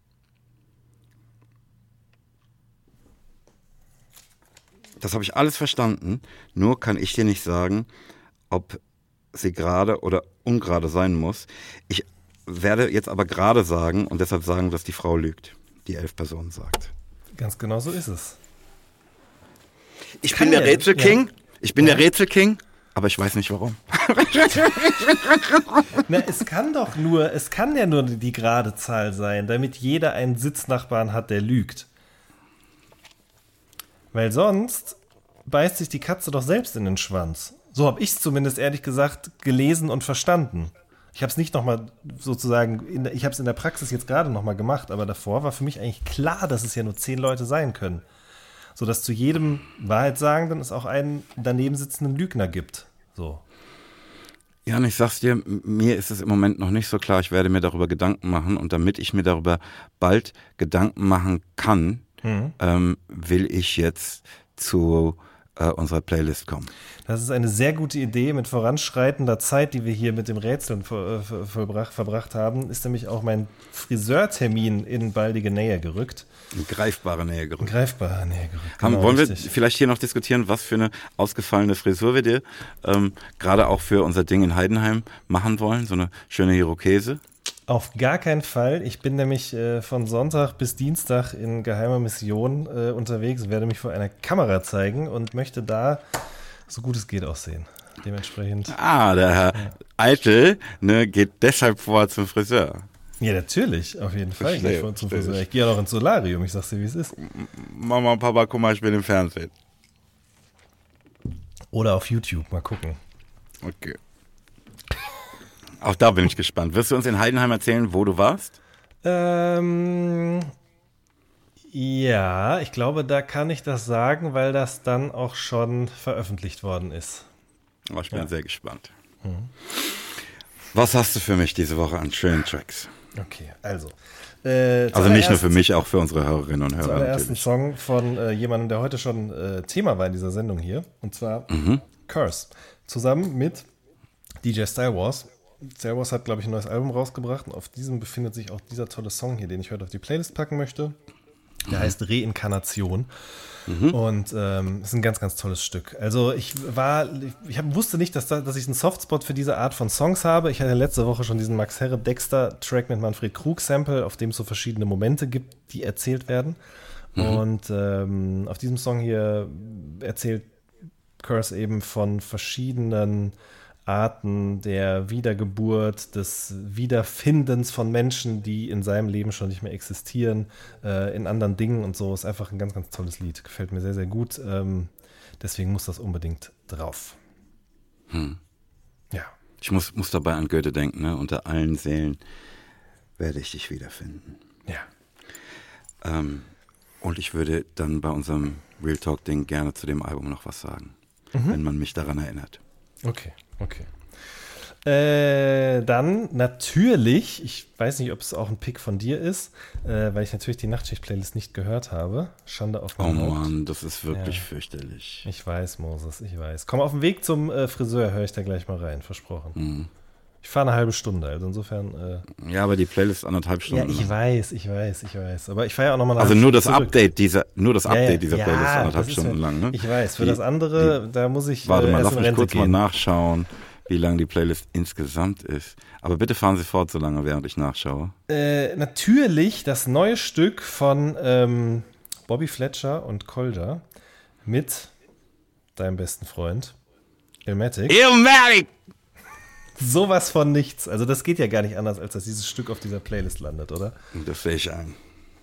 Das habe ich alles verstanden, nur kann ich dir nicht sagen, ob sie gerade oder ungerade sein muss. Ich werde jetzt aber gerade sagen und deshalb sagen, dass die Frau lügt, die elf Personen sagt. Ganz genau so ist es. Ich Kann bin der ja- Rätselking, ja. ich bin Ja. der Rätselking, aber ich weiß nicht warum. Na, es kann doch nur, es kann ja nur die gerade Zahl sein, damit jeder einen Sitznachbarn hat, der lügt. Weil sonst beißt sich die Katze doch selbst in den Schwanz. So habe ich es zumindest ehrlich gesagt gelesen und verstanden. Ich habe es nicht nochmal sozusagen, in der, ich habe es in der Praxis jetzt gerade nochmal gemacht, aber davor war für mich eigentlich klar, dass es ja nur zehn Leute sein können. Sodass zu jedem Wahrheitssagenden es auch einen daneben sitzenden Lügner gibt. So. Ja, und ich sag's dir, m- mir ist es im Moment noch nicht so klar. Ich werde mir darüber Gedanken machen und damit ich mir darüber bald Gedanken machen kann, Mhm. ähm, will ich jetzt zu äh, unserer Playlist kommen. Das ist eine sehr gute Idee. Mit voranschreitender Zeit, die wir hier mit dem Rätseln ver, ver, verbracht, verbracht haben, ist nämlich auch mein Friseurtermin in baldige Nähe gerückt. In greifbare Nähe In gerückt. greifbare Nähe gerückt. Haben, Genau, wollen wir richtig. vielleicht hier noch diskutieren, was für eine ausgefallene Frisur wir dir ähm, gerade auch für unser Ding in Heidenheim machen wollen? So eine schöne Irokese. Auf gar keinen Fall. Ich bin nämlich äh, von Sonntag bis Dienstag in geheimer Mission äh, unterwegs, werde mich vor einer Kamera zeigen und möchte da so gut es geht aussehen. Dementsprechend. Ah, der Herr Eitel ne, geht deshalb vor zum Friseur. Ja, natürlich, auf jeden Fall. Verstehe, Gehe ich vor zum verstehe. Friseur. Ich gehe ja noch ins Solarium, ich sag's dir, wie es ist. Mama und Papa, guck mal, ich bin im Fernsehen. Oder auf YouTube, mal gucken. Okay. Auch da bin ich gespannt. Wirst du uns in Heidenheim erzählen, wo du warst? Ähm, ja, ich glaube, da kann ich das sagen, weil das dann auch schon veröffentlicht worden ist. Oh, ich bin Ja. sehr gespannt. Was hast du für mich diese Woche an schönen Tracks? Okay, also. Äh, Also nicht nur zuallererst- für mich, auch für unsere Hörerinnen und Hörer Zuallererst ein natürlich. Song von äh, jemandem, der heute schon äh, Thema war in dieser Sendung hier. Und zwar Mhm. Curse. Zusammen mit D J Style Wars. Style Wars hat, glaube ich, ein neues Album rausgebracht. Und auf diesem befindet sich auch dieser tolle Song hier, den ich heute auf die Playlist packen möchte. Der heißt Reinkarnation. Und ähm, ist ein ganz, ganz tolles Stück. Also ich war, ich hab, wusste nicht, dass, da, dass ich einen Softspot für diese Art von Songs habe. Ich hatte letzte Woche schon diesen Max Herre Dexter Track mit Manfred Krug Sample, auf dem es so verschiedene Momente gibt, die erzählt werden. Und ähm, auf diesem Song hier erzählt Curse eben von verschiedenen Arten der Wiedergeburt, des Wiederfindens von Menschen, die in seinem Leben schon nicht mehr existieren, äh, in anderen Dingen und so. Ist einfach ein ganz, ganz tolles Lied. Gefällt mir sehr, sehr gut. Ähm, deswegen muss das unbedingt drauf. Hm. Ja. Ich muss, muss dabei an Goethe denken, ne? Unter allen Seelen werde ich dich wiederfinden. Ja. Ähm, und ich würde dann bei unserem Real Talk-Ding gerne zu dem Album noch was sagen, Mhm. wenn man mich daran erinnert. Okay, okay. Äh, dann natürlich, ich weiß nicht, ob es auch ein Pick von dir ist, äh, weil ich natürlich die Nachtschicht-Playlist nicht gehört habe. Schande auf Oh mein Haupt. Mann, das ist wirklich Ja. fürchterlich. Ich weiß, Moses, ich weiß. Komm, auf dem Weg zum äh, Friseur höre ich da gleich mal rein, versprochen. Mhm. Ich fahre eine halbe Stunde, also insofern. Äh, Ja, aber die Playlist anderthalb ja, Stunden. ich lang. weiß, ich weiß, ich weiß. Aber ich fahre ja auch nochmal eine Also halbe nur das Stunde zurück. Update dieser, nur das Ja, Update ja, dieser ja, Playlist das anderthalb ist Stunden ja- lang, ne? Ich weiß, für Die- das andere, da muss ich Warte äh, mal, erst lass in mich Rente kurz mal gehen. nachschauen, wie lang die Playlist insgesamt ist. Aber bitte fahren Sie fort, so lange, während ich nachschaue. Äh, natürlich das neue Stück von ähm, Bobby Fletcher und Kolja mit deinem besten Freund Illmatic. Illmatic! Sowas von nichts. Also das geht ja gar nicht anders, als dass dieses Stück auf dieser Playlist landet, oder? Das sehe ich ein.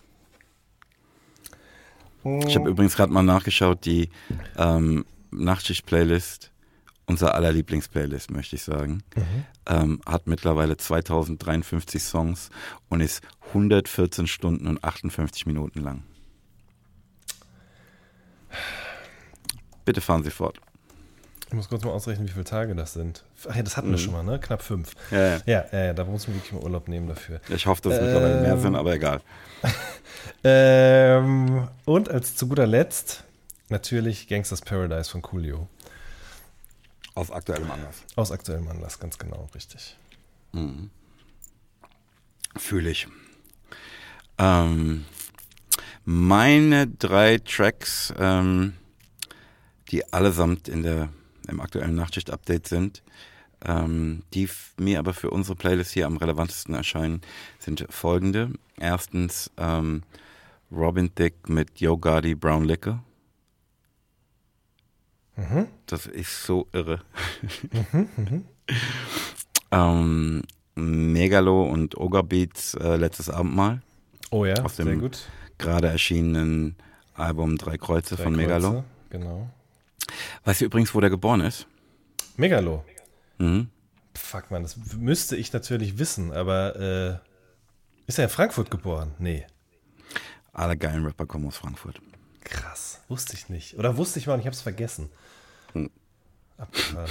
Ich habe übrigens gerade mal nachgeschaut, die ähm, Nachtschicht-Playlist, unser aller Lieblings-Playlist, möchte ich sagen, mhm. ähm, hat mittlerweile zweitausenddreiundfünfzig Songs und ist hundertvierzehn Stunden und achtundfünfzig Minuten lang. Bitte fahren Sie fort. Ich muss kurz mal ausrechnen, wie viele Tage das sind. Ach ja, das hatten wir mhm. schon mal, ne? Knapp fünf. Ja, ja. ja, ja, da muss man wirklich mal Urlaub nehmen dafür. Ich hoffe, dass es ähm, mittlerweile mehr sind, aber egal. ähm, und als zu guter Letzt natürlich Gangsters Paradise von Coolio. Aus aktuellem Anlass. Aus aktuellem Anlass, ganz genau, richtig. Mhm. Fühle ich. Ähm, meine drei Tracks, ähm, die allesamt in der, im aktuellen Nachtschicht-Update sind, ähm, die f- mir aber für unsere Playlist hier am relevantesten erscheinen, sind folgende. Erstens ähm, Robin Thicke mit Yo Gotti Brown Liquor. Mhm. Das ist so irre. Mhm, mhm. ähm, Megalo und Ogre Beats äh, Letztes Abendmahl. Oh ja, aus dem sehr gut. Gerade erschienenen Album Drei Kreuze Drei von Kreuze, Megalo. Genau. Weißt du übrigens, wo der geboren ist? Megalo. Mhm. Fuck, man, das müsste ich natürlich wissen, aber äh, ist er in Frankfurt geboren? Nee. Alle geilen Rapper kommen aus Frankfurt. Krass, wusste ich nicht. Oder wusste ich mal und ich habe es vergessen. Hm. Abgefahren.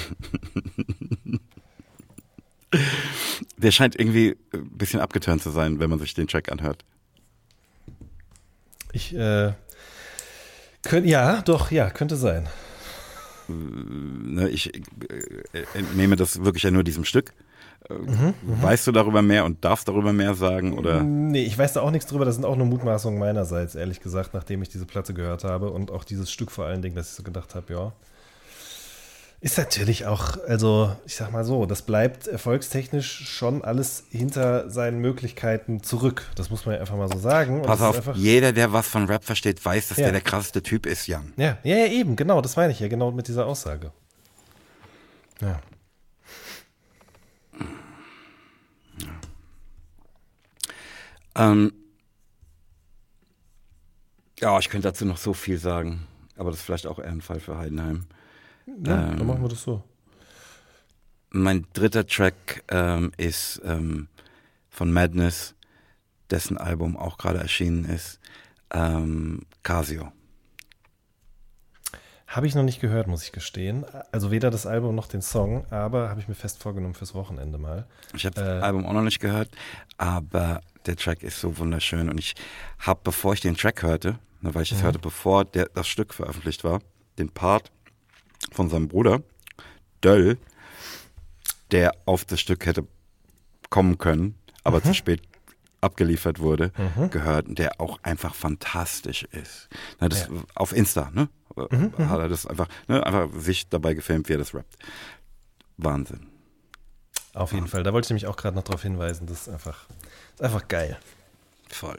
Der scheint irgendwie ein bisschen abgeturnt zu sein, wenn man sich den Track anhört. Ich, äh, könnt, ja, doch, ja, könnte sein. Ne, ich äh, entnehme das wirklich ja nur diesem Stück. Äh, Mhm, weißt du darüber mehr und darfst darüber mehr sagen? Oder? Nee, ich weiß da auch nichts drüber. Das sind auch nur Mutmaßungen meinerseits, ehrlich gesagt, nachdem ich diese Platte gehört habe und auch dieses Stück vor allen Dingen, dass ich so gedacht habe, ja. Ist natürlich auch, also ich sag mal so, das bleibt erfolgstechnisch schon alles hinter seinen Möglichkeiten zurück. Das muss man ja einfach mal so sagen. Und Pass das auf, ist einfach, jeder, der was von Rap versteht, weiß, dass Ja. der der krasseste Typ ist, Jan. ja, ja, ja, eben, genau, das meine ich ja, genau mit dieser Aussage. Ja. Ähm, ja, ich könnte dazu noch so viel sagen, aber das ist vielleicht auch eher ein Fall für Heidenheim. Ja, Ähm, dann machen wir das so. Mein dritter Track ähm, ist ähm, von Madness, dessen Album auch gerade erschienen ist, ähm, Casio. Habe ich noch nicht gehört, muss ich gestehen. Also weder das Album noch den Song, aber habe ich mir fest vorgenommen fürs Wochenende mal. Ich habe Äh. das Album auch noch nicht gehört, aber der Track ist so wunderschön und ich habe, bevor ich den Track hörte, ne, weil ich es Mhm. hörte, bevor der, das Stück veröffentlicht war, den Part von seinem Bruder, Döll, der auf das Stück hätte kommen können, aber Mhm. zu spät abgeliefert wurde, Mhm. gehört, der auch einfach fantastisch ist. Na, das, Ja. Auf Insta, ne? Mhm, Hat er das einfach, ne, einfach sich dabei gefilmt, wie er das rappt. Wahnsinn. Auf jeden Fall. Da wollte ich nämlich auch gerade noch darauf hinweisen. Das ist einfach, ist einfach geil. Voll.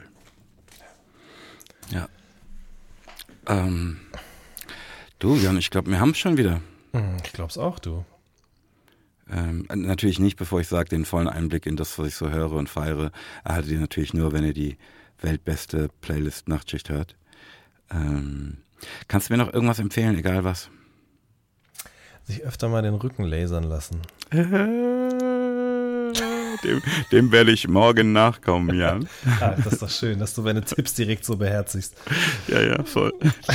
Ja. Ähm, du, Jan, ich glaube, wir haben es schon wieder. Hm, Ich glaube es auch, du. Ähm, natürlich nicht, bevor ich sage, den vollen Einblick in das, was ich so höre und feiere, erhaltet ihr natürlich nur, wenn ihr die weltbeste Playlist Nachtschicht hört. Ähm, kannst du mir noch irgendwas empfehlen, egal was? Sich öfter mal den Rücken lasern lassen. dem, dem werde ich morgen nachkommen, Jan. Ah, das ist doch schön, dass du meine Tipps direkt so beherzigst. Ja, ja, voll.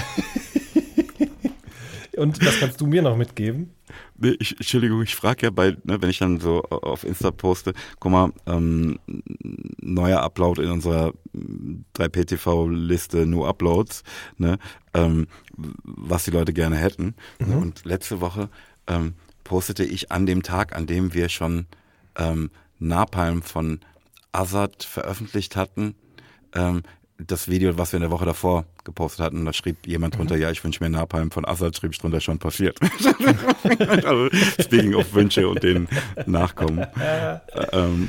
Und was kannst du mir noch mitgeben? Nee, ich, Entschuldigung, ich frage ja bei, ne, wenn ich dann so auf Insta poste, guck mal, ähm, neuer Upload in unserer drei P T V-Liste, New Uploads, ne, ähm, was die Leute gerne hätten. Mhm. Und letzte Woche ähm, postete ich an dem Tag, an dem wir schon ähm, Napalm von Azad veröffentlicht hatten, ähm, das Video, was wir in der Woche davor gepostet hatten, da schrieb jemand drunter, mhm. ja, ich wünsche mir Napalm von Azad, schrieb ich drunter, schon passiert. Also, speaking of Wünsche und den Nachkommen. ähm,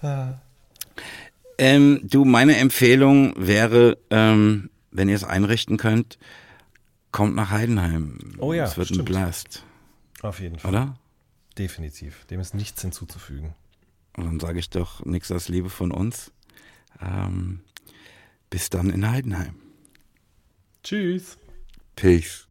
ähm, du, meine Empfehlung wäre, ähm, wenn ihr es einrichten könnt, kommt nach Heidenheim. Oh ja, es wird stimmt. ein Blast. Auf jeden Fall. Oder? Definitiv. Dem ist nichts hinzuzufügen. Und dann sage ich doch nichts als Liebe von uns. Ähm, bis dann in Heidenheim. Tschüss. Peace.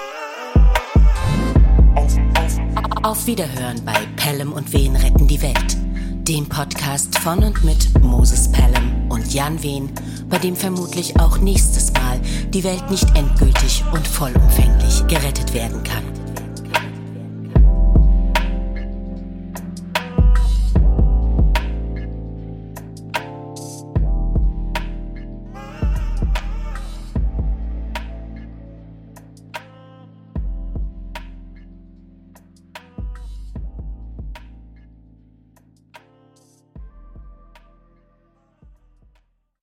Auf Wiederhören bei Pelham und Wehn retten die Welt. Dem Podcast von und mit Moses Pelham und Jan Wehn, bei dem vermutlich auch nächstes Mal die Welt nicht endgültig und vollumfänglich gerettet werden kann.